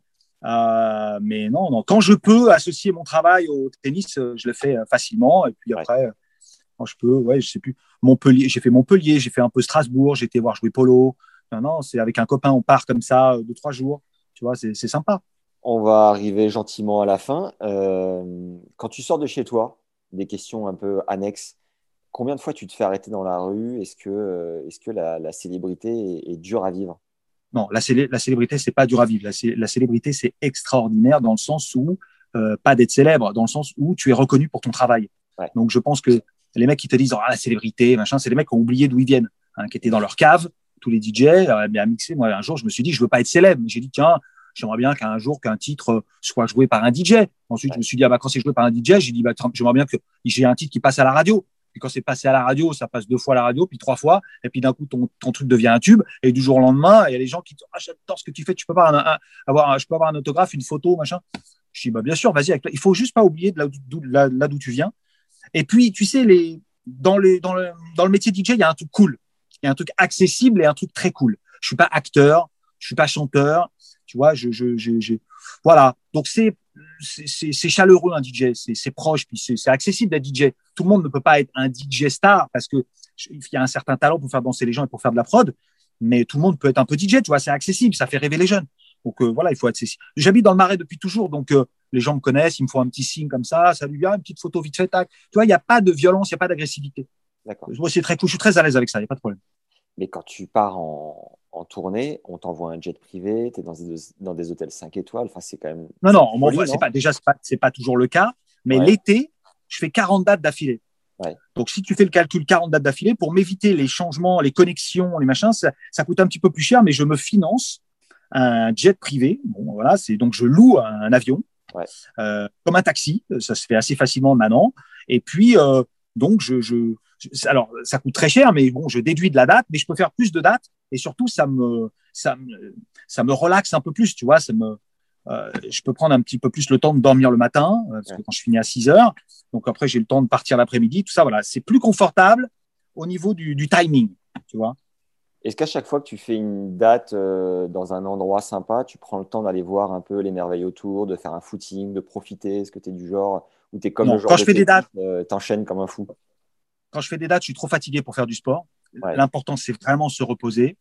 Euh, mais non, non. Quand je peux associer mon travail au tennis, euh, je le fais euh, facilement. Et puis après, euh, quand je peux, ouais, je sais plus. Montpellier, j'ai fait Montpellier, j'ai fait un peu Strasbourg, j'ai été voir jouer polo. Non, non, c'est avec un copain, on part comme ça euh, deux trois jours. Tu vois, c'est, c'est sympa. On va arriver gentiment à la fin. Euh, quand tu sors de chez toi, des questions un peu annexes, combien de fois tu te fais arrêter dans la rue? Est-ce que, euh, est-ce que la, la célébrité est, est dure à vivre? Non, la, célé- la célébrité, c'est pas dur à vivre. La, cé- la célébrité, c'est extraordinaire dans le sens où, euh, pas d'être célèbre, dans le sens où tu es reconnu pour ton travail. Ouais. Donc, je pense que les mecs qui te disent, ah, la célébrité, machin, c'est les mecs qui ont oublié d'où ils viennent, hein, qui étaient dans leur cave, tous les D J, euh, bien mixés. Moi, un jour, je me suis dit, je veux pas être célèbre. Mais j'ai dit, tiens, j'aimerais bien qu'un jour, qu'un titre soit joué par un D J. Ensuite, Ouais. je me suis dit, ah, bah, quand c'est joué par un D J, j'ai dit, bah, j'aimerais bien que j'ai un titre qui passe à la radio. Puis quand c'est passé à la radio, ça passe deux fois à la radio, puis trois fois, et puis d'un coup, ton, ton truc devient un tube, et du jour au lendemain, il y a les gens qui disent, ah, j'adore ce que tu fais, tu peux pas avoir un, un, avoir un, je peux avoir un autographe, une photo, machin. Je dis, bah, bien sûr, vas-y, avec toi. Il faut juste pas oublier de là d'où, là, là d'où tu viens. Et puis, tu sais, les, dans, les, dans, le, dans le métier D J, il y a un truc cool. Il y a un truc accessible et un truc très cool. Je suis pas acteur, je suis pas chanteur, tu vois, je, je, je, je voilà. Donc, c'est, c'est, c'est, c'est chaleureux, un D J, c'est, c'est proche, puis c'est, c'est accessible d'être D J. Tout le monde ne peut pas être un D J star parce que il y a un certain talent pour faire danser les gens et pour faire de la prod, mais tout le monde peut être un peu D J, tu vois, c'est accessible, ça fait rêver les jeunes. Donc, euh, voilà, il faut être accessible. J'habite dans le Marais depuis toujours, donc, euh, les gens me connaissent, ils me font un petit signe comme ça, salut bien, une petite photo vite fait, tac. Tu vois, il n'y a pas de violence, il n'y a pas d'agressivité. D'accord. Moi, c'est très cool, je suis très à l'aise avec ça, il n'y a pas de problème. Mais quand tu pars en, en tournée, on t'envoie un jet privé, tu es dans des, dans des hôtels cinq étoiles. Enfin, c'est quand même. Non, non, on folie, m'envoie, c'est pas, déjà, c'est pas, c'est pas toujours le cas, mais Ouais. l'été, je fais quarante dates d'affilée. Ouais. Donc, si tu fais le calcul quarante dates d'affilée, pour m'éviter les changements, les connexions, les machins, ça, ça coûte un petit peu plus cher, mais je me finance un jet privé. Bon, voilà, c'est donc je loue un, un avion, Ouais. euh, comme un taxi. Ça se fait assez facilement maintenant. Et puis, euh, donc, je, je, je, alors, ça coûte très cher, mais bon, je déduis de la date, mais je peux faire plus de dates. Et surtout, ça me, ça me, ça me relaxe un peu plus, tu vois. Ça me, euh, je peux prendre un petit peu plus le temps de dormir le matin, euh, parce Ouais. que quand je finis à six heures, donc après, j'ai le temps de partir l'après-midi, tout ça, voilà. C'est plus confortable au niveau du, du timing, tu vois. Est-ce qu'à chaque fois que tu fais une date euh, dans un endroit sympa, tu prends le temps d'aller voir un peu les merveilles autour, de faire un footing, de profiter? Est-ce que tu es du genre où tu es comme Non, le genre quand de je fais des tennis, dates- euh, t'enchaînes comme un fou? Quand je fais des dates, je suis trop fatigué pour faire du sport. Ouais. L'important, c'est vraiment se reposer.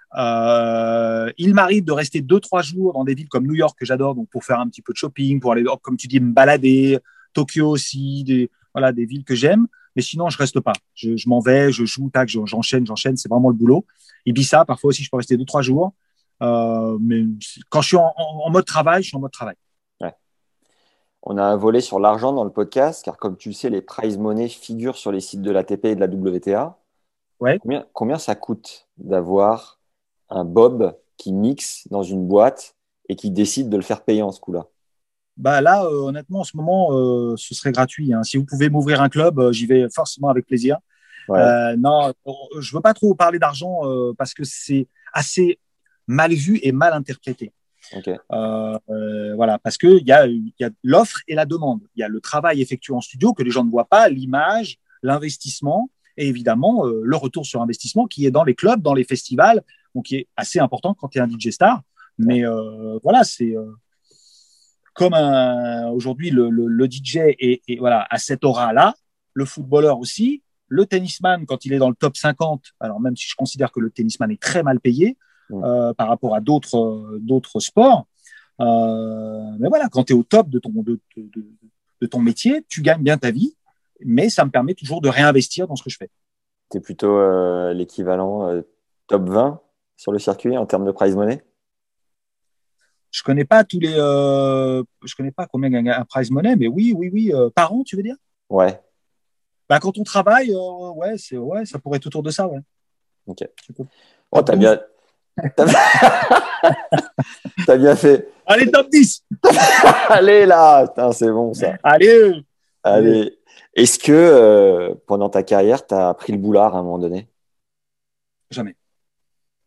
Euh, il m'arrive de rester deux, trois jours dans des villes comme New York, que j'adore, donc pour faire un petit peu de shopping, pour aller, comme tu dis, me balader. Tokyo aussi, des, voilà, des villes que j'aime. Mais sinon, je reste pas. Je, je m'en vais, je joue, tac, j'enchaîne, j'enchaîne. C'est vraiment le boulot. Ibiza, parfois aussi, je peux rester deux, trois jours. Euh, mais quand je suis en, en, en mode travail, je suis en mode travail. On a un volet sur l'argent dans le podcast, car comme tu le sais, les prize money figurent sur les sites de l'A T P et de la W T A. Ouais. Combien, combien ça coûte d'avoir un Bob qui mixe dans une boîte et qui décide de le faire payer en ce coup-là? Bah là, euh, honnêtement, en ce moment, euh, ce serait gratuit, hein. Si vous pouvez m'ouvrir un club, euh, j'y vais forcément avec plaisir. Ouais. Euh, non, je veux pas trop parler d'argent euh, parce que c'est assez mal vu et mal interprété. Okay. Euh, euh, voilà, parce que il y a, y a l'offre et la demande. Il y a le travail effectué en studio que les gens ne voient pas, l'image, l'investissement et évidemment euh, le retour sur investissement qui est dans les clubs, dans les festivals, donc qui est assez important quand tu es un D J star. Mais euh, voilà, c'est euh, comme un, aujourd'hui le, le, le D J est, est voilà à cette aura-là, le footballeur aussi, le tennisman quand il est dans le top cinquante. Alors même si je considère que le tennisman est très mal payé. Euh, par rapport à d'autres, euh, d'autres sports. Euh, mais voilà, quand tu es au top de ton, de, de, de, de ton métier, tu gagnes bien ta vie, mais ça me permet toujours de réinvestir dans ce que je fais. Tu es plutôt euh, l'équivalent euh, top vingt sur le circuit en termes de prize money? Je connais pas tous les, euh, je connais pas combien gagne un prize money, mais oui, oui, oui, euh, par an, tu veux dire? Ouais. Bah, quand on travaille, euh, ouais, c'est, ouais, ça pourrait être autour de ça, ouais. Ok. Peux... Oh, t'as bien. T'as... T'as bien fait. Allez, top dix. Allez là, putain, c'est bon ça. Allez. Allez. Est-ce que euh, pendant ta carrière, tu as pris le boulard à un moment donné? Jamais.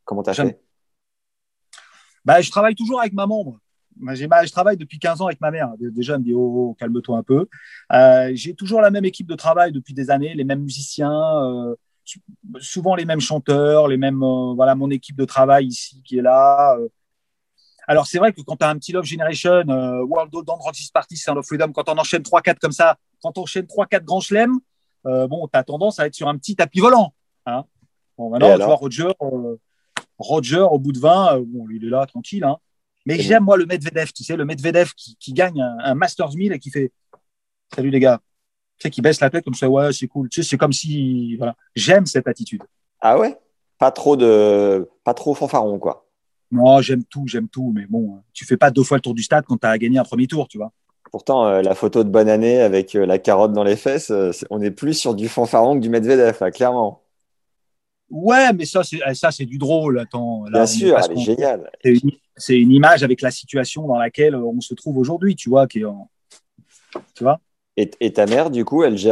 Comment t'as J'aime. fait? Bah, je travaille toujours avec ma membre. Moi, j'ai ma- je travaille depuis quinze ans avec ma mère. Déjà, elle me dit, oh, oh, calme-toi un peu. Euh, j'ai toujours la même équipe de travail depuis des années, les mêmes musiciens, euh, souvent les mêmes chanteurs, les mêmes, euh, voilà, mon équipe de travail ici qui est là. Euh. Alors, c'est vrai que quand tu as un petit Love Generation, euh, World of Dance, Roxy Party, Sound of Freedom, quand on enchaîne trois quatre comme ça, quand on enchaîne trois quatre grands chelems, euh, bon, tu as tendance à être sur un petit tapis volant. Hein. Bon, maintenant, tu vois, Roger, euh, Roger, au bout de vingt, euh, bon, lui, il est là, tranquille. Hein. Mais C'est j'aime, bon. moi, le Medvedev, tu sais, le Medvedev qui, qui gagne un, un Masters mille et qui fait « Salut les gars ». Tu sais, qui baisse la tête comme ça, ouais, c'est cool. Tu sais, c'est comme si, voilà. J'aime cette attitude. Ah ouais? Pas trop de, pas trop fanfaron, quoi. Moi, j'aime tout, j'aime tout. Mais bon, tu fais pas deux fois le tour du stade quand tu as gagné un premier tour, tu vois. Pourtant, euh, la photo de bonne année avec euh, la carotte dans les fesses, euh, c'est- on est plus sur du fanfaron que du Medvedev, là, clairement. Ouais, mais ça, c'est, ça, c'est du drôle. Attends, Bien là, on est sûr, pas elle est géniale. C'est une, c'est une image avec la situation dans laquelle on se trouve aujourd'hui, tu vois, qui est en, tu vois. Et, et ta mère, du coup, elle gère.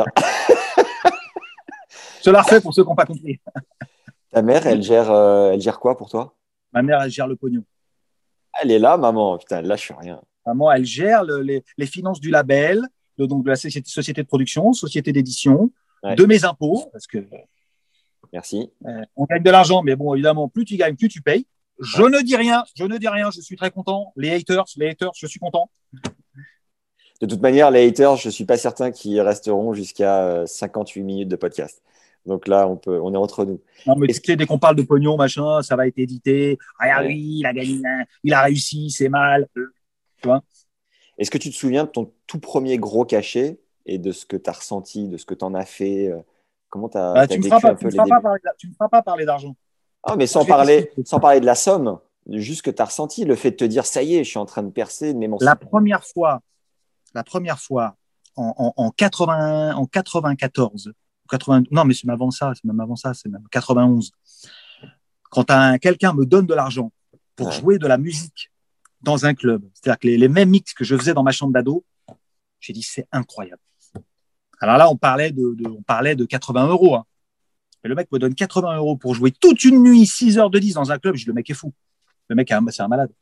Je la refais pour ceux qui n'ont pas compris. Ta mère, elle gère, euh, elle gère quoi pour toi? Ma mère, elle gère le pognon. Elle est là, maman. Putain, elle lâche rien. Maman, elle gère le- les, les finances du label, de, donc de la société, société de production, société d'édition, Ouais. de mes impôts, parce que Merci. euh, on gagne de l'argent, mais bon, évidemment, plus tu gagnes, plus tu payes. Je ne dis rien, je ne dis rien, je suis très content. Les haters, les haters, je suis content. De toute manière, les haters, je suis pas certain qu'ils resteront jusqu'à euh, cinquante-huit minutes de podcast. Donc là, on peut, on est entre nous. Non, mais Est-ce tu sais, dès qu'on parle de pognon, machin, ça va être édité. Regarde, Ouais. lui, il a gagné, il a réussi, c'est mal. Euh, Tu vois. Est-ce que tu te souviens de ton tout premier gros cachet et de ce que tu as ressenti, de ce que tu en as fait? euh, Comment tu as, Euh, tu me vécu feras pas, un tu peu me les feras pas débuts? parler, tu me feras pas parler d'argent. Ah, mais sans Je vais parler, t'expliquer. sans parler de la somme, juste que tu as ressenti, le fait de te dire, ça y est, je suis en train de percer, de La m'émanciper. première fois, la première fois, en, en, en quatre-vingts, en quatre-vingt-quatorze, quatre-vingts, non, mais c'est même avant ça, c'est même avant ça, c'est même quatre-vingt-onze. Quand un, quelqu'un me donne de l'argent pour Ouais. jouer de la musique dans un club, c'est-à-dire que les, les mêmes mix que je faisais dans ma chambre d'ado, j'ai dit c'est incroyable. Alors là, on parlait de, de, on parlait de quatre-vingts euros. Hein. Et le mec me donne quatre-vingts euros pour jouer toute une nuit, six heures de dix dans un club. Je dis, le mec est fou. Le mec, c'est un malade.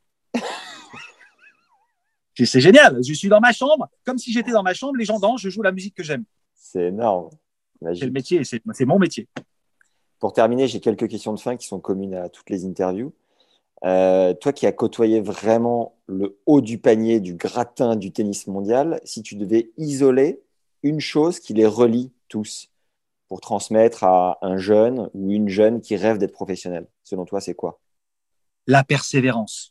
Je dis, c'est génial. Je suis dans ma chambre, comme si j'étais dans ma chambre, les gens dansent, je joue la musique que j'aime. C'est énorme. C'est Magique. le métier, c'est, c'est mon métier. Pour terminer, j'ai quelques questions de fin qui sont communes à toutes les interviews. Euh, toi qui as côtoyé vraiment le haut du panier, du gratin du tennis mondial, si tu devais isoler une chose qui les relie tous pour transmettre à un jeune ou une jeune qui rêve d'être professionnel, selon toi, c'est quoi? La persévérance.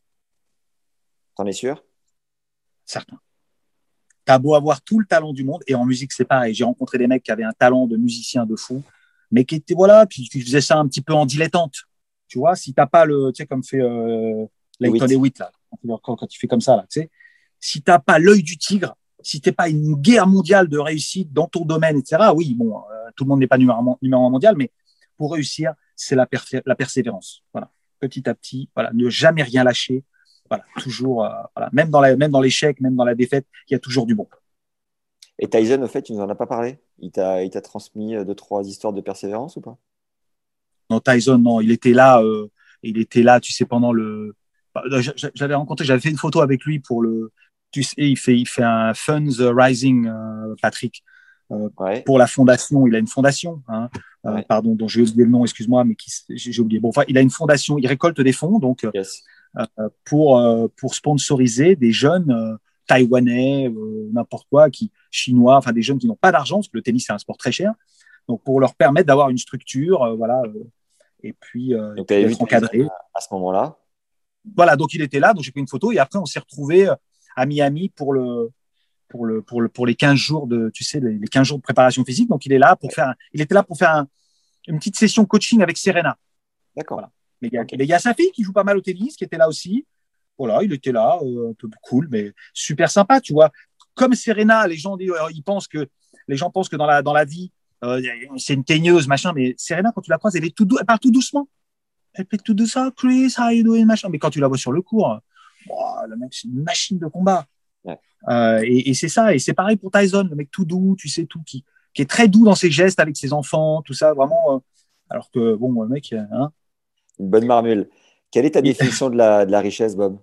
T'en es sûr? Certain. T'as beau avoir tout le talent du monde, et en musique, c'est pareil. J'ai rencontré des mecs qui avaient un talent de musicien de fou, mais qui étaient, voilà, qui, qui faisaient ça un petit peu en dilettante. Tu vois, si t'as pas le, tu sais, comme fait euh, Leighton Hewitt, là, quand, quand il fait comme ça, là, tu sais, si t'as pas l'œil du tigre, si t'es pas une guerre mondiale de réussite dans ton domaine, et cetera, oui, bon, euh, tout le monde n'est pas numéro, numéro un mondial, mais pour réussir, c'est la, perf- la persévérance. Voilà. Petit à petit, voilà, ne jamais rien lâcher. Voilà, toujours, euh, voilà, même dans la, même dans l'échec, même dans la défaite, il y a toujours du bon. Et Tyson, au fait, tu nous en as pas parlé? Il t'a, il t'a transmis deux, trois histoires de persévérance ou pas? Non, Tyson, non, il était là, euh, il était là, tu sais, pendant le. J'avais rencontré, j'avais fait une photo avec lui pour le. Tu sais, il fait, il fait un Funds Rising, euh, Patrick, euh, Ouais. pour la fondation. Il a une fondation, hein, euh, Ouais. pardon, dont j'ai oublié le nom, excuse-moi, mais qui, j'ai, j'ai oublié. Bon, enfin, il a une fondation, il récolte des fonds, donc Yes. euh, pour euh, pour sponsoriser des jeunes euh, taïwanais, euh, n'importe quoi, qui chinois, enfin des jeunes qui n'ont pas d'argent, parce que le tennis c'est un sport très cher. Donc pour leur permettre d'avoir une structure, euh, voilà. Euh, et puis, euh, Donc, et puis tu avais vu d'être encadré. à, à ce moment-là. Voilà, donc il était là, donc j'ai pris une photo et après on s'est retrouvés à Miami pour le pour le pour le pour les quinze jours de tu sais les quinze jours de préparation physique. Donc il est là pour faire un, il était là pour faire un, une petite session coaching avec Serena. D'accord. Voilà. Mais il y a, Okay. mais il y a sa fille qui joue pas mal au tennis qui était là aussi. Voilà, il était là, euh, un peu cool mais super sympa, tu vois. Comme Serena, les gens euh, ils pensent que les gens pensent que dans la dans la vie euh, c'est une teigneuse machin, mais Serena quand tu la croises elle est tout dou- elle parle tout doucement. Elle fait tout doucement, Chris, how you doing, machin. Mais quand tu la vois sur le court, oh, le mec, c'est une machine de combat. Ouais. Euh, et, et c'est ça. Et c'est pareil pour Tyson, le mec tout doux, tu sais, tout, qui, qui est très doux dans ses gestes avec ses enfants, tout ça, vraiment. Euh, alors que, bon, le mec, hein. Une bonne marmule. Quelle est ta définition de la, de la richesse, Bob?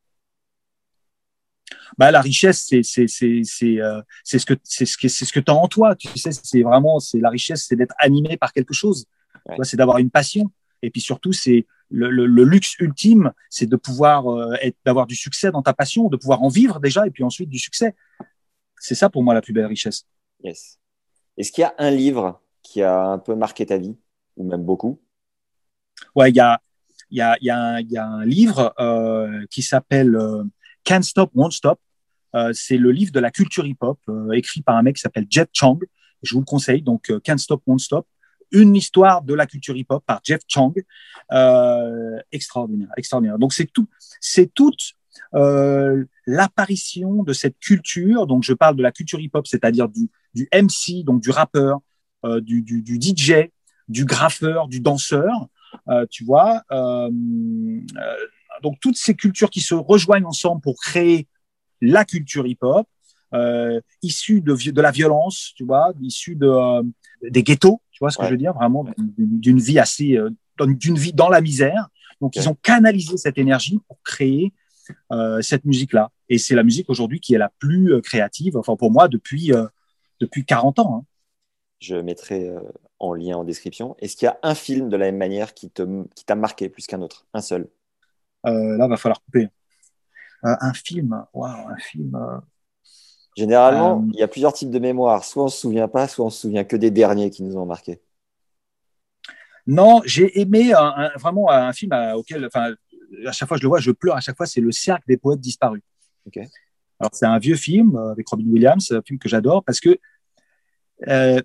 Bah, la richesse, c'est c'est c'est c'est euh, c'est ce que c'est ce que c'est ce que t'as en toi. Tu sais, c'est vraiment c'est la richesse, c'est d'être animé par quelque chose. Ouais. Tu vois, c'est d'avoir une passion. Et puis surtout, c'est le, le, le luxe ultime, c'est de pouvoir euh, être, d'avoir du succès dans ta passion, de pouvoir en vivre déjà, et puis ensuite du succès. C'est ça pour moi la plus belle richesse. Yes. Est-ce qu'il y a un livre qui a un peu marqué ta vie, ou même beaucoup? Ouais, il y a il y a il y a un, il y a un livre euh, qui s'appelle euh, Can't Stop, Won't Stop. Euh, c'est le livre de la culture hip-hop, euh, écrit par un mec qui s'appelle Jeff Chang. Je vous le conseille. Donc, euh, Can't Stop, Won't Stop. Une histoire de la culture hip-hop par Jeff Chang. Euh, extraordinaire, extraordinaire. Donc, c'est tout, c'est toute euh, l'apparition de cette culture. Donc, je parle de la culture hip-hop, c'est-à-dire du, du M C, donc du rappeur, euh, du, du, du D J, du graffeur, du danseur. Euh, tu vois. Euh, euh, donc, toutes ces cultures qui se rejoignent ensemble pour créer la culture hip-hop, euh, issue de, de la violence, tu vois, issue de, euh, des ghettos, tu vois ce que ouais. je veux dire, vraiment d'une, d'une vie assez, euh, d'une vie dans la misère. Donc, okay. ils ont canalisé cette énergie pour créer euh, cette musique-là. Et c'est la musique aujourd'hui qui est la plus euh, créative, enfin pour moi, depuis, euh, depuis quarante ans. Hein. Je mettrai euh, en lien en description. Est-ce qu'il y a un film de la même manière qui, te, qui t'a marqué plus qu'un autre? Un seul? euh, Là, il va falloir couper. Euh, un film, waouh, un film. Euh... Généralement, euh... il y a plusieurs types de mémoire. Soit on ne se souvient pas, soit on se souvient que des derniers qui nous ont marqués. Non, j'ai aimé un, un, vraiment un film à, auquel, enfin, à chaque fois que je le vois, je pleure. À chaque fois, c'est Le Cercle des poètes disparus. Okay. Alors, c'est un vieux film avec Robin Williams, un film que j'adore parce que euh,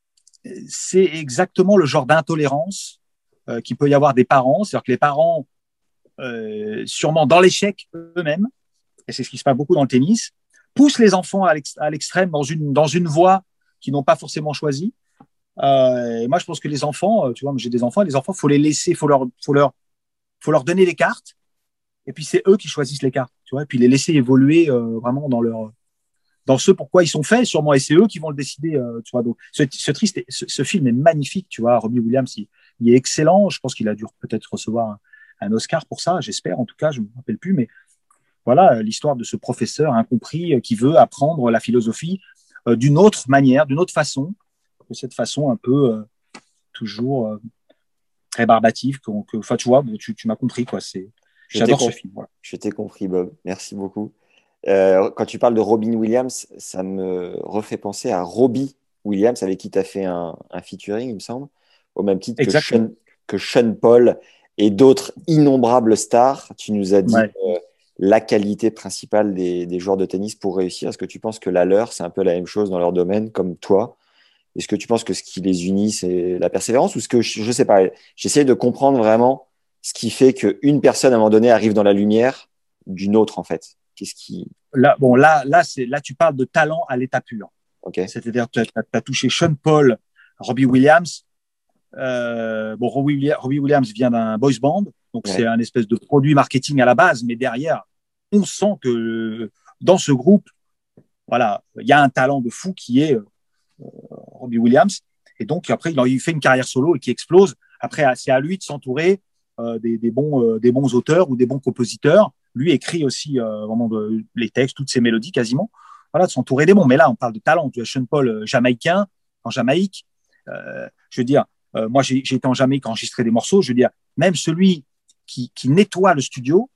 c'est exactement le genre d'intolérance euh, qu'il peut y avoir des parents. C'est-à-dire que les parents Euh, sûrement dans l'échec eux-mêmes, et c'est ce qui se passe beaucoup dans le tennis, poussent les enfants à, l'ex- à l'extrême dans une, dans une voie qu'ils n'ont pas forcément choisie. Euh, et moi, je pense que les enfants, tu vois, j'ai des enfants, les enfants, faut les laisser, faut leur, faut leur, faut leur donner les cartes, et puis c'est eux qui choisissent les cartes, tu vois, et puis les laisser évoluer euh, vraiment dans leur, dans ce pourquoi ils sont faits, sûrement, et c'est eux qui vont le décider, euh, tu vois. Donc, ce, ce triste, ce, ce film est magnifique, tu vois. Robbie Williams, il, il est excellent. Je pense qu'il a dû peut-être recevoir un, un Oscar pour ça, j'espère, en tout cas, je ne me rappelle plus, mais voilà l'histoire de ce professeur incompris qui veut apprendre la philosophie euh, d'une autre manière, d'une autre façon, de cette façon un peu euh, toujours euh, rébarbative, que, que, enfin, tu vois, bon, tu, tu m'as compris, quoi, c'est, je j'adore comp- ce film. Voilà. Je t'ai compris, Bob, merci beaucoup. Euh, quand tu parles de Robin Williams, ça me refait penser à Robbie Williams, avec qui tu as fait un, un featuring, il me semble, au même titre que Sean, que Sean Paul et d'autres innombrables stars. Tu nous as dit ouais. euh, la qualité principale des, des joueurs de tennis pour réussir. Est-ce que tu penses que la leur, c'est un peu la même chose dans leur domaine, comme toi? Est-ce que tu penses que ce qui les unit, c'est la persévérance? Ou ce que, je ne sais pas, j'essaie de comprendre vraiment ce qui fait qu'une personne, à un moment donné, arrive dans la lumière d'une autre, en fait. Qu'est-ce qui… Là, bon, là, là, c'est, là, tu parles de talent à l'état pur. Okay. C'est-à-dire que tu as touché Sean Paul, Robbie Williams. Euh, bon, Robbie, Robbie Williams vient d'un boys band, donc ouais. c'est un espèce de produit marketing à la base, mais derrière, on sent que dans ce groupe, voilà, il y a un talent de fou qui est euh, Robbie Williams, et donc après il, il fait une carrière solo et qui explose. Après, c'est à lui de s'entourer euh, des, des bons, euh, des bons auteurs ou des bons compositeurs. Lui écrit aussi euh, vraiment de, les textes, toutes ses mélodies quasiment. Voilà, de s'entourer des bons. Mais là, on parle de talent. Tu vois, Sean Paul, euh, jamaïcain, en Jamaïque. Euh, je veux dire. Euh, moi, j'ai, j'ai été en Jamaïque enregistrer des morceaux. Je veux dire, même celui qui, qui nettoie le studio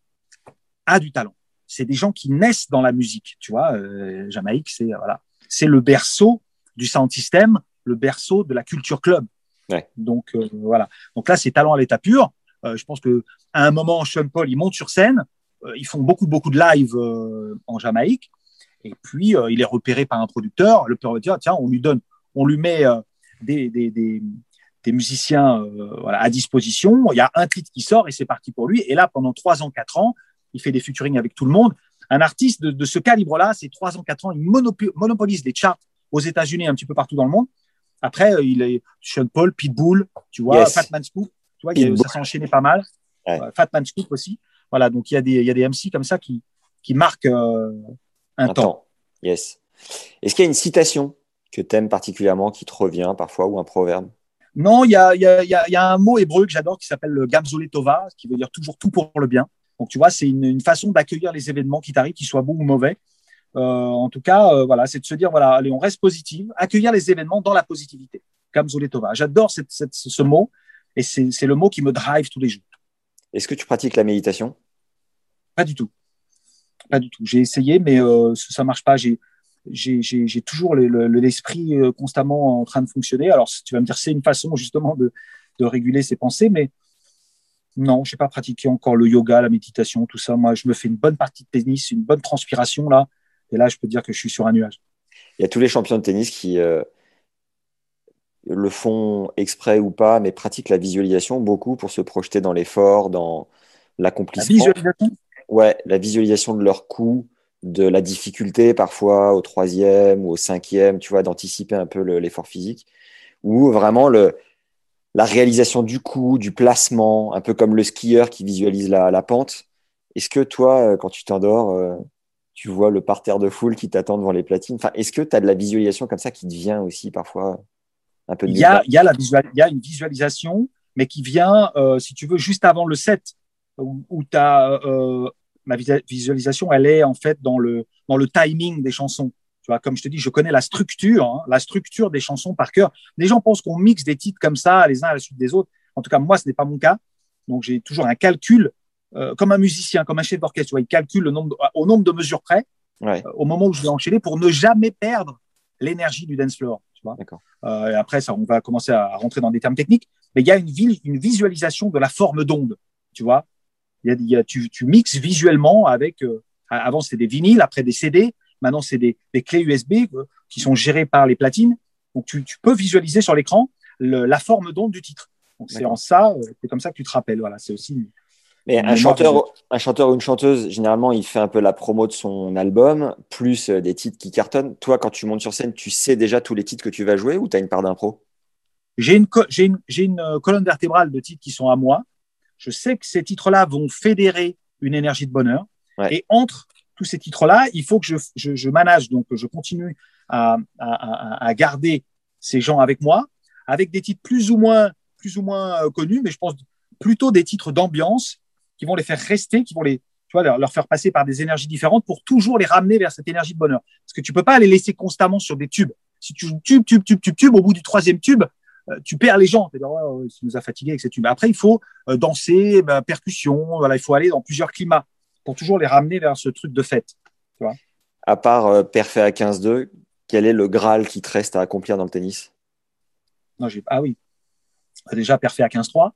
a du talent. C'est des gens qui naissent dans la musique, tu vois. Euh, Jamaïque, c'est voilà, c'est le berceau du sound system, le berceau de la culture club. Ouais. Donc euh, voilà. Donc là, c'est talent à l'état pur. Euh, je pense que à un moment, Sean Paul, il monte sur scène. Euh, ils font beaucoup, beaucoup de live euh, en Jamaïque. Et puis, euh, il est repéré par un producteur. Le producteur va dire, tiens, on lui donne, on lui met euh, des, des, des des musiciens euh, voilà, à disposition. Il y a un titre qui sort et c'est parti pour lui. Et là, pendant trois ans, quatre ans, il fait des featuring avec tout le monde. Un artiste de, de ce calibre-là, c'est trois ans, quatre ans, il monop- monopolise les charts aux États-Unis et un petit peu partout dans le monde. Après, euh, il est Sean Paul, Pitbull, tu vois, yes. Fatman Scoop, tu vois, il, ça s'est enchaîné pas mal. Ouais. Euh, Fatman Scoop aussi. Voilà, donc il y a des, il y a des M C comme ça qui, qui marquent euh, un, un temps. temps. Yes. Est-ce qu'il y a une citation que tu aimes particulièrement, qui te revient parfois, ou un proverbe? Non, il y a, il y, a, il y a un mot hébreu que j'adore qui s'appelle le Gamzole Tova, qui veut dire toujours tout pour le bien. Donc, tu vois, c'est une, une façon d'accueillir les événements qui t'arrivent, qu'ils soient bons ou mauvais. Euh, en tout cas, euh, voilà, c'est de se dire, voilà, allez, on reste positif, accueillir les événements dans la positivité. Gamzole Tova. J'adore cette, cette, ce mot et c'est, c'est le mot qui me drive tous les jours. Est-ce que tu pratiques la méditation? Pas du tout. Pas du tout. J'ai essayé, mais euh, ça marche pas. J'ai, j'ai, j'ai, j'ai toujours le, le, l'esprit constamment en train de fonctionner. Alors, tu vas me dire, c'est une façon justement de, de réguler ses pensées, mais non, je n'ai pas pratiqué encore le yoga, la méditation, tout ça. Moi, je me fais une bonne partie de tennis, une bonne transpiration là, et là, je peux te dire que je suis sur un nuage. Il y a tous les champions de tennis qui euh, le font exprès ou pas, mais pratiquent la visualisation beaucoup pour se projeter dans l'effort, dans l'accomplissement. La visualisation? Ouais, la visualisation de leur coup, de la difficulté parfois au troisième ou au cinquième, tu vois, d'anticiper un peu le, l'effort physique, ou vraiment le, la réalisation du coup, du placement, un peu comme le skieur qui visualise la, la pente. Est-ce que toi, quand tu t'endors, euh, tu vois le parterre de foule qui t'attend devant les platines? Enfin, est-ce que tu as de la visualisation comme ça qui te vient aussi parfois un peu de il y a, il y a la visual, il y a une visualisation, mais qui vient, euh, si tu veux, juste avant le set, où, où tu as euh, ma visualisation, elle est en fait dans le, dans le timing des chansons. Tu vois, comme je te dis, je connais la structure, hein, la structure des chansons par cœur. Les gens pensent qu'on mixe des titres comme ça, les uns à la suite des autres. En tout cas, moi, ce n'est pas mon cas. Donc, j'ai toujours un calcul, euh, comme un musicien, comme un chef d'orchestre. Tu vois, il calcule le nombre de, au nombre de mesures près, ouais. euh, au moment où je vais enchaîner, pour ne jamais perdre l'énergie du dance floor. Tu vois. D'accord. Euh, et après, ça, on va commencer à rentrer dans des termes techniques. Mais il y a une, une visualisation de la forme d'onde. Tu vois, il y a, il y a, tu, tu mixes visuellement avec. Euh, avant, c'était des vinyles, après des C D. Maintenant, c'est des, des clés U S B euh, qui sont gérées par les platines. Donc, tu, tu peux visualiser sur l'écran le, la forme d'onde du titre. Donc, c'est D'accord. en ça, euh, c'est comme ça que tu te rappelles. Voilà, c'est aussi. Une, Mais un chanteur, un chanteur ou une chanteuse, généralement, il fait un peu la promo de son album, plus des titres qui cartonnent. Toi, quand tu montes sur scène, tu sais déjà tous les titres que tu vas jouer ou tu as une part d'impro? J'ai une, co- j'ai, une, j'ai une colonne vertébrale de titres qui sont à moi. Je sais que ces titres-là vont fédérer une énergie de bonheur. Ouais. Et entre tous ces titres-là, il faut que je, je, je manage, donc je continue à, à, à garder ces gens avec moi, avec des titres plus ou moins, plus ou moins connus, mais je pense plutôt des titres d'ambiance qui vont les faire rester, qui vont les, tu vois, leur, leur faire passer par des énergies différentes pour toujours les ramener vers cette énergie de bonheur. Parce que tu peux pas les laisser constamment sur des tubes. Si tu joues tube, tube, tube, tube, tube, au bout du troisième tube, euh, tu perds les gens. Tu dis, oh, ça nous a fatigués avec ces tubes. Après, il faut euh, danser, bah, percussion, voilà, il faut aller dans plusieurs climats pour toujours les ramener vers ce truc de fête. Tu vois. À part euh, Parfait à quinze deux, quel est le Graal qui te reste à accomplir dans le tennis? Non, j'ai... Ah oui, déjà Parfait à quinze trois.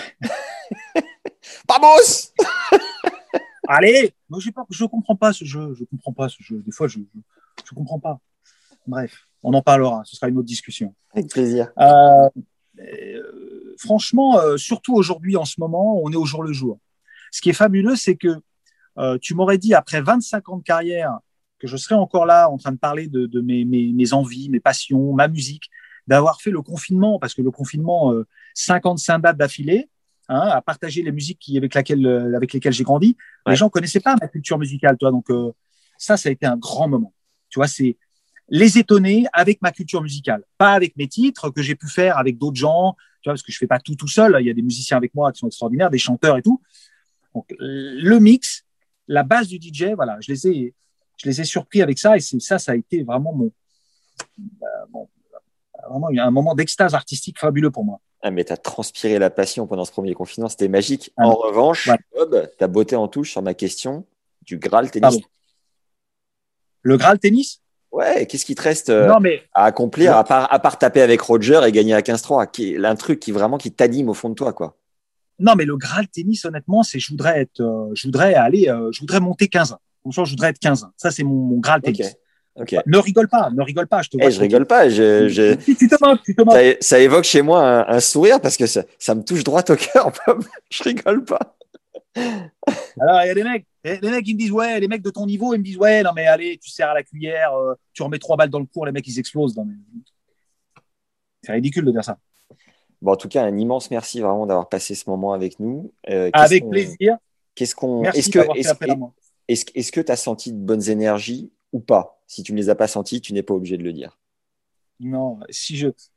Vamos. Allez, moi, j'ai pas, je comprends pas ce jeu, je comprends pas ce jeu. Des fois, je, je, je comprends pas. Bref, on en parlera. Ce sera une autre discussion. Avec plaisir. Euh, euh, franchement, euh, surtout aujourd'hui, en ce moment, on est au jour le jour. Ce qui est fabuleux, c'est que euh, tu m'aurais dit après vingt-cinq ans de carrière que je serais encore là en train de parler de, de mes, mes, mes envies, mes passions, ma musique, d'avoir fait le confinement, parce que le confinement, euh, cinquante-cinq dates d'affilée, hein, à partager les musiques qui, avec, laquelle, euh, avec lesquelles j'ai grandi. Ouais. Les gens connaissaient pas ma culture musicale, toi. Donc euh, ça, ça a été un grand moment. Tu vois, c'est les étonner avec ma culture musicale, pas avec mes titres que j'ai pu faire avec d'autres gens, tu vois, parce que je fais pas tout tout seul. Il y a des musiciens avec moi qui sont extraordinaires, des chanteurs et tout. Donc le mix, la base du D J, voilà, je les ai, je les ai surpris avec ça et c'est ça, ça a été vraiment mon, euh, mon vraiment un moment d'extase artistique fabuleux pour moi. Ah, mais tu as transpiré la passion pendant ce premier confinement, c'était magique. Ah, en non. revanche, ouais. Bob, tu as botté en touche sur ma question du Graal tennis. Pardon. Le Graal tennis? Ouais, qu'est-ce qui te reste euh, non, mais... à accomplir, à part, à part taper avec Roger et gagner à quinze trois, qui est un truc qui vraiment qui t'anime au fond de toi, quoi. Non, mais le Graal tennis, honnêtement, c'est je voudrais être, euh, je voudrais aller, euh, je voudrais monter quinze. Bonjour, je voudrais être quinze. Ça, c'est mon, mon Graal tennis. Okay. Okay. Ne rigole pas, ne rigole pas. Je te vois. Hey, je rigole pas. Je, je... Tu, tu te moques, tu te moques. Ça, ça évoque chez moi un, un sourire parce que ça, ça me touche droit au cœur. Je rigole pas. Alors, il y a des mecs, les mecs, ils me disent, ouais, les mecs de ton niveau, ils me disent, ouais, non, mais allez, tu sers à la cuillère, euh, tu remets trois balles dans le cours, les mecs, ils explosent. Non, mais... C'est ridicule de dire ça. Bon, en tout cas, un immense merci vraiment d'avoir passé ce moment avec nous. Euh, avec plaisir. Qu'est-ce qu'on. Merci est-ce que, d'avoir est-ce, fait appel à moi. Est-ce, est-ce que tu as senti de bonnes énergies ou pas? Si tu ne les as pas senties, tu n'es pas obligé de le dire. Non, si je.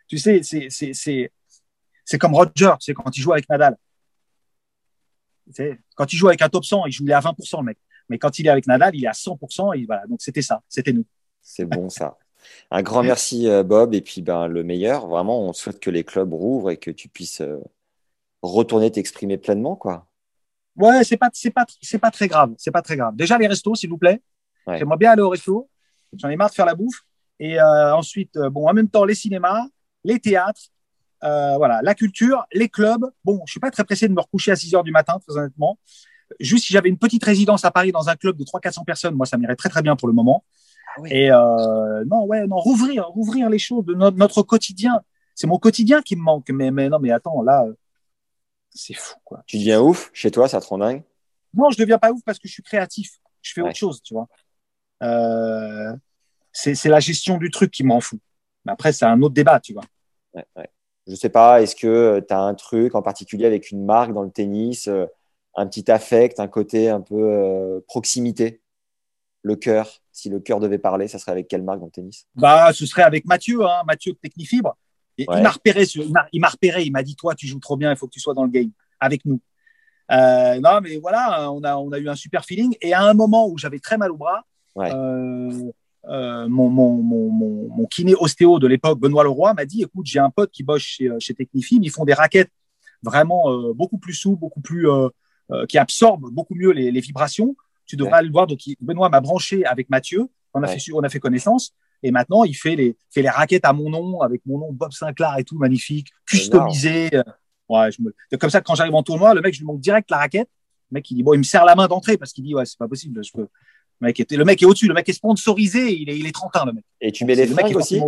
Tu sais, c'est, c'est, c'est, c'est comme Roger, c'est quand il joue avec Nadal. Tu sais, quand il joue avec un top cent, il joue il est à vingt pour cent le mec. Mais quand il est avec Nadal, il est à cent pour cent. Et voilà, donc c'était ça, c'était nous. C'est bon ça. Un grand merci Bob et puis ben le meilleur. Vraiment, on souhaite que les clubs rouvrent et que tu puisses euh, retourner t'exprimer pleinement, quoi. Ouais, c'est pas, c'est pas, c'est pas très grave. C'est pas très grave. Déjà les restos, s'il vous plaît. Ouais. J'aimerais bien aller au resto. J'en ai marre de faire la bouffe. Et euh, ensuite, euh, bon, en même temps, les cinémas, les théâtres, euh, voilà, la culture, les clubs. Bon, je suis pas très pressé de me recoucher à six heures du matin, très honnêtement. Juste si j'avais une petite résidence à Paris dans un club de trois cents à quatre cents personnes, moi, ça m'irait très très bien pour le moment. Ah oui. Et euh, non, ouais, non, rouvrir, rouvrir les choses de notre, notre quotidien. C'est mon quotidien qui me manque. Mais, mais non, mais attends, là, c'est fou, quoi. Tu deviens ouf chez toi, ça te rend dingue? Non, je deviens pas ouf parce que je suis créatif. Je fais ouais. autre chose, tu vois. Euh, c'est, c'est la gestion du truc qui m'en fout. Mais après, c'est un autre débat, tu vois. Ouais, ouais. Je sais pas, est-ce que tu as un truc en particulier avec une marque dans le tennis, euh, un petit affect, un côté un peu euh, proximité? Le cœur, si le cœur devait parler, ça serait avec quelle marque dans le tennis? Bah, ce serait avec Mathieu, hein, Mathieu de Technifibre. Et ouais. il m'a repéré, il m'a, il m'a repéré, il m'a dit, toi, tu joues trop bien, il faut que tu sois dans le game avec nous. Euh, non, mais voilà, on a, on a eu un super feeling. Et à un moment où j'avais très mal au bras, ouais. euh, euh, mon, mon, mon, mon, mon kiné ostéo de l'époque, Benoît Leroy, m'a dit, écoute, j'ai un pote qui bosse chez, chez Technifib, ils font des raquettes vraiment euh, beaucoup plus souples, beaucoup plus, euh, euh, qui absorbent beaucoup mieux les, les vibrations. Tu devrais ouais. aller le voir. Donc, Benoît m'a branché avec Mathieu. On a, ouais. fait, on a fait connaissance. Et maintenant, il fait les, fait les raquettes à mon nom, avec mon nom Bob Sinclair et tout, magnifique, customisé. Ouais, je me... Comme ça, quand j'arrive en tournoi, le mec, je lui montre direct la raquette. Le mec, il dit, bon, il me serre la main d'entrée parce qu'il dit, ouais, c'est pas possible. Je peux... le, mec est... le mec est au-dessus. Le mec est sponsorisé. Il est, il est trente ans, le mec. Et tu mets Donc, les fringues aussi?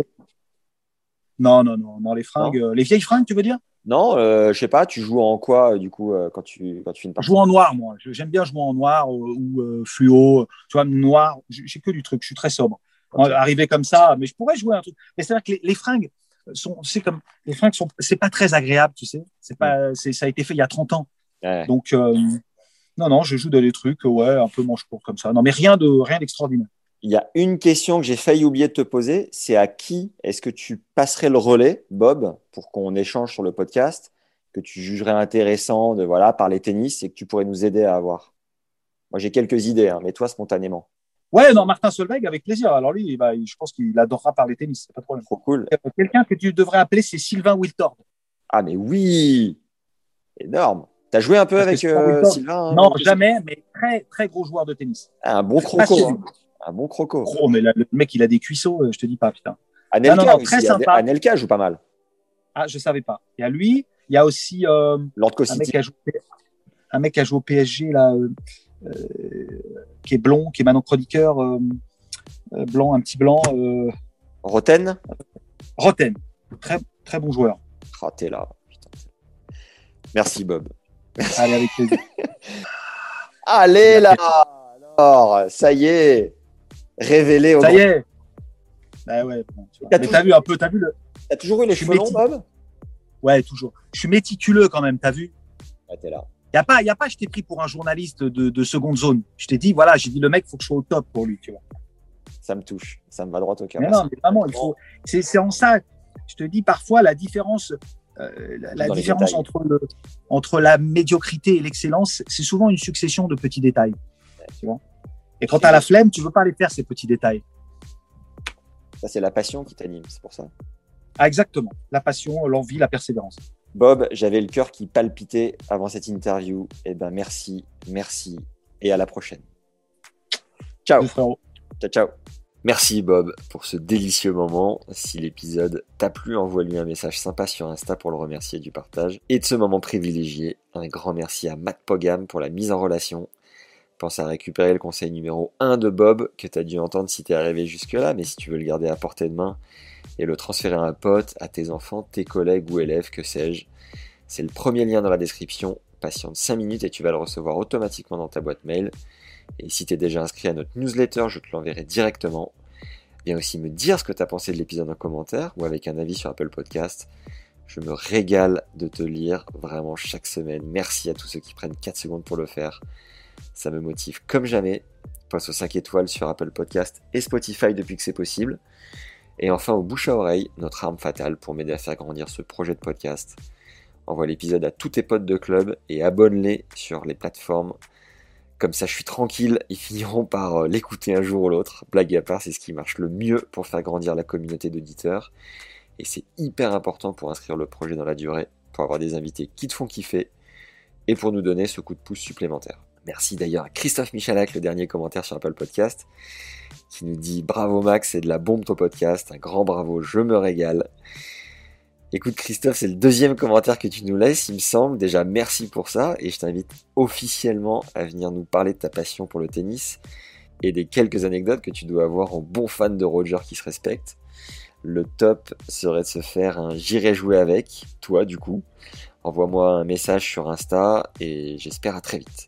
Non, non, non, non, les fringues. Non. Euh, les vieilles fringues, tu veux dire? Non, euh, je sais pas, tu joues en quoi, du coup, euh, quand tu, quand tu fais une partie? Je joue en noir, moi. J'aime bien jouer en noir euh, ou euh, fluo. Tu vois, noir, j'ai que du truc. Je suis très sobre. Okay. Arriver comme ça, mais je pourrais jouer un truc. Mais c'est vrai que les, les fringues sont, c'est comme, les fringues sont, c'est pas très agréable, tu sais. C'est pas, c'est, ça a été fait il y a trente ans. Ouais. Donc, euh, non, non, je joue dans des trucs, ouais, un peu manche-court comme ça. Non, mais rien de, rien d'extraordinaire. Il y a une question que j'ai failli oublier de te poser, c'est à qui est-ce que tu passerais le relais, Bob, pour qu'on échange sur le podcast, que tu jugerais intéressant de voilà parler tennis et que tu pourrais nous aider à avoir? Moi, j'ai quelques idées, hein, mais toi, spontanément. Ouais, non, Martin Solveig, avec plaisir. Alors lui, bah, je pense qu'il adorera parler tennis, c'est pas de problème. Trop cool. Quelqu'un que tu devrais appeler, c'est Sylvain Wiltord. Ah, mais oui, énorme. T'as joué un peu Parce avec euh, Sylvain? Non, jamais, mais très, très gros joueur de tennis. Ah, un bon croco. Hein. Un bon croco. Gros, mais là, le mec, il a des cuisseaux, je te dis pas, putain. Anelka, non, non, non, très aussi. sympa. Anelka joue pas mal. Ah, je savais pas. Il y a lui, il y a aussi euh, Lord un, mec qui a joué, un mec qui a joué au P S G, là, euh, euh, qui est blond, qui est maintenant chroniqueur, euh, euh, blanc, un petit blanc. Euh... Roten Roten, très, très bon joueur. Oh, t'es là. Putain. Merci, Bob. Merci. Allez, avec plaisir. Allez, là. Alors, ça y est. Révélé au Ça y est. Bah ouais, bon, tu vois. T'as, Mais toujours... t'as vu un peu, t'as vu le. T'as toujours eu les cheveux longs, Bob? Ouais, toujours. Je suis méticuleux quand même, t'as vu? Ouais, t'es là. Y a pas, y a pas, je t'ai pris pour un journaliste de, de seconde zone. Je t'ai dit, voilà, j'ai dit, le mec, faut que je sois au top pour lui, tu vois. Ça me touche. Ça me va droit au cœur. Mais non, mais vraiment, il faut. C'est, c'est en ça. Je te dis parfois la différence, euh, la, la différence entre le, entre la médiocrité et l'excellence, c'est souvent une succession de petits détails. Ouais. Tu vois. Et quand tu as la flemme, tu veux pas les faire, ces petits détails. Ça, c'est la passion qui t'anime, c'est pour ça. Ah, exactement. La passion, l'envie, la persévérance. Bob, j'avais le cœur qui palpitait avant cette interview. Eh ben, merci, merci et à la prochaine. Ciao. Ciao, ciao. Merci Bob pour ce délicieux moment. Si l'épisode t'a plu, envoie-lui un message sympa sur Insta pour le remercier du partage et de ce moment privilégié. Un grand merci à Matt Pogam pour la mise en relation. Pense à récupérer le conseil numéro un de Bob que tu as dû entendre si t'es arrivé jusque-là, mais si tu veux le garder à portée de main et le transférer à un pote, à tes enfants, tes collègues ou élèves, que sais-je. C'est le premier lien dans la description. Patiente cinq minutes et tu vas le recevoir automatiquement dans ta boîte mail. Et si tu es déjà inscrit à notre newsletter, je te l'enverrai directement. Viens aussi me dire ce que tu as pensé de l'épisode en commentaire ou avec un avis sur Apple Podcast. Je me régale de te lire vraiment chaque semaine. Merci à tous ceux qui prennent quatre secondes pour le faire. Ça me motive comme jamais. Passe aux cinq étoiles sur Apple Podcast et Spotify depuis que c'est possible. Et enfin, au bouche à oreille, notre arme fatale pour m'aider à faire grandir ce projet de podcast. Envoie l'épisode à tous tes potes de club et abonne-les sur les plateformes. Comme ça, je suis tranquille, ils finiront par l'écouter un jour ou l'autre. Blague à part, c'est ce qui marche le mieux pour faire grandir la communauté d'auditeurs. Et c'est hyper important pour inscrire le projet dans la durée, pour avoir des invités qui te font kiffer et pour nous donner ce coup de pouce supplémentaire. Merci d'ailleurs à Christophe Michalak, le dernier commentaire sur Apple Podcast, qui nous dit « Bravo Max, c'est de la bombe ton podcast, un grand bravo, je me régale ». Écoute Christophe, c'est le deuxième commentaire que tu nous laisses, il me semble. Déjà, merci pour ça et je t'invite officiellement à venir nous parler de ta passion pour le tennis et des quelques anecdotes que tu dois avoir en bon fan de Roger qui se respecte. Le top serait de se faire un « J'irai jouer avec », toi du coup. Envoie-moi un message sur Insta et j'espère à très vite.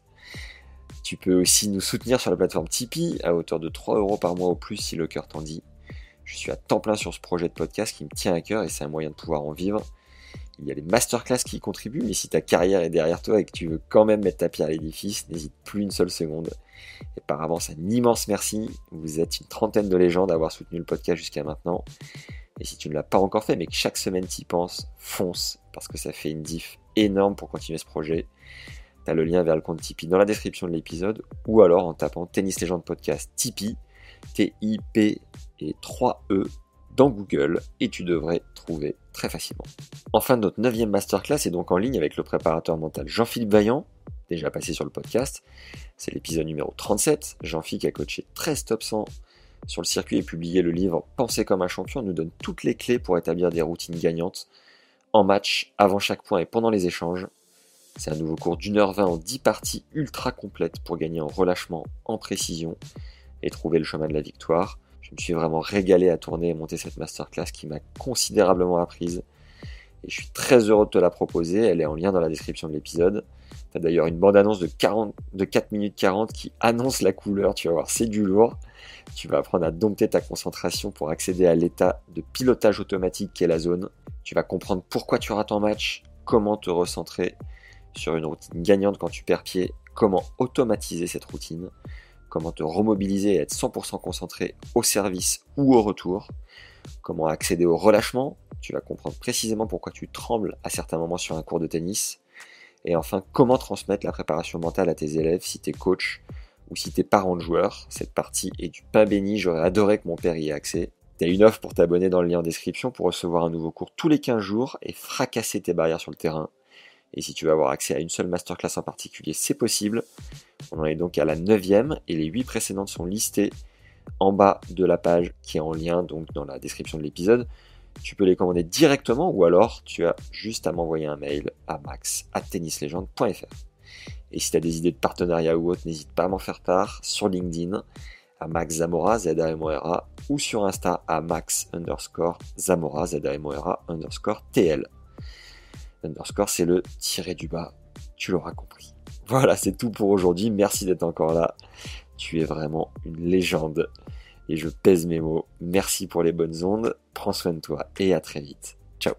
Tu peux aussi nous soutenir sur la plateforme Tipeee à hauteur de trois euros par mois au plus si le cœur t'en dit. Je suis à temps plein sur ce projet de podcast qui me tient à cœur et c'est un moyen de pouvoir en vivre. Il y a les masterclass qui y contribuent, mais si ta carrière est derrière toi et que tu veux quand même mettre ta pierre à l'édifice, n'hésite plus une seule seconde. Et par avance, un immense merci. Vous êtes une trentaine de légendes à avoir soutenu le podcast jusqu'à maintenant. Et si tu ne l'as pas encore fait, mais que chaque semaine t'y penses, fonce, parce que ça fait une diff énorme pour continuer ce projet. T'as le lien vers le compte Tipeee dans la description de l'épisode, ou alors en tapant Tennis Légende Podcast Tipeee, T I P et trois E dans Google, et tu devrais trouver très facilement. Enfin, notre neuvième masterclass est donc en ligne avec le préparateur mental Jean-Philippe Vaillant, déjà passé sur le podcast. C'est l'épisode numéro trente-sept. Jean-Philippe a coaché treize top cent sur le circuit et publié le livre « Penser comme un champion » nous donne toutes les clés pour établir des routines gagnantes en match, avant chaque point et pendant les échanges. C'est un nouveau cours d'une heure vingt en dix parties ultra complètes pour gagner en relâchement, en précision et trouver le chemin de la victoire. Je me suis vraiment régalé à tourner et monter cette masterclass qui m'a considérablement apprise. Et je suis très heureux de te la proposer, elle est en lien dans la description de l'épisode. Tu as d'ailleurs une bande-annonce de, quarante, de quatre minutes quarante qui annonce la couleur, tu vas voir, c'est du lourd. Tu vas apprendre à dompter ta concentration pour accéder à l'état de pilotage automatique qu'est la zone. Tu vas comprendre pourquoi tu rates en match, comment te recentrer sur une routine gagnante quand tu perds pied, comment automatiser cette routine, comment te remobiliser et être cent pour cent concentré au service ou au retour, comment accéder au relâchement, tu vas comprendre précisément pourquoi tu trembles à certains moments sur un cours de tennis, et enfin comment transmettre la préparation mentale à tes élèves si t'es coach ou si t'es parent de joueur. Cette partie est du pain béni, j'aurais adoré que mon père y ait accès. T'as une offre pour t'abonner dans le lien en description pour recevoir un nouveau cours tous les quinze jours et fracasser tes barrières sur le terrain. Et si tu veux avoir accès à une seule masterclass en particulier, c'est possible. On en est donc à la neuvième et les huit précédentes sont listées en bas de la page qui est en lien donc dans la description de l'épisode. Tu peux les commander directement ou alors tu as juste à m'envoyer un mail à max arobase tennislegende point f r. Et si tu as des idées de partenariat ou autre, n'hésite pas à m'en faire part sur LinkedIn à Max Zamora, Z A M O R A, ou sur Insta à Max underscore Zamora, Z A M O R A underscore T L. Underscore, c'est le tiré du bas, tu l'auras compris. Voilà, c'est tout pour aujourd'hui, merci d'être encore là. Tu es vraiment une légende. Et je pèse mes mots. Merci pour les bonnes ondes, prends soin de toi et à très vite. Ciao.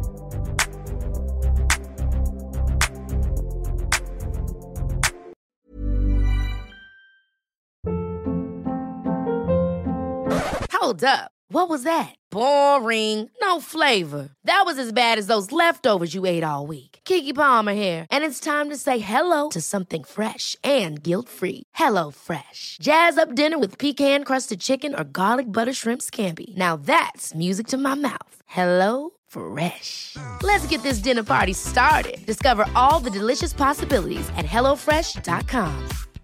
Hold up. What was that? Boring. No flavor. That was as bad as those leftovers you ate all week. Keke Palmer here, and it's time to say hello to something fresh and guilt-free. Hello Fresh. Jazz up dinner with pecan-crusted chicken or garlic butter shrimp scampi. Now that's music to my mouth. Hello Fresh. Let's get this dinner party started. Discover all the delicious possibilities at hello fresh dot com.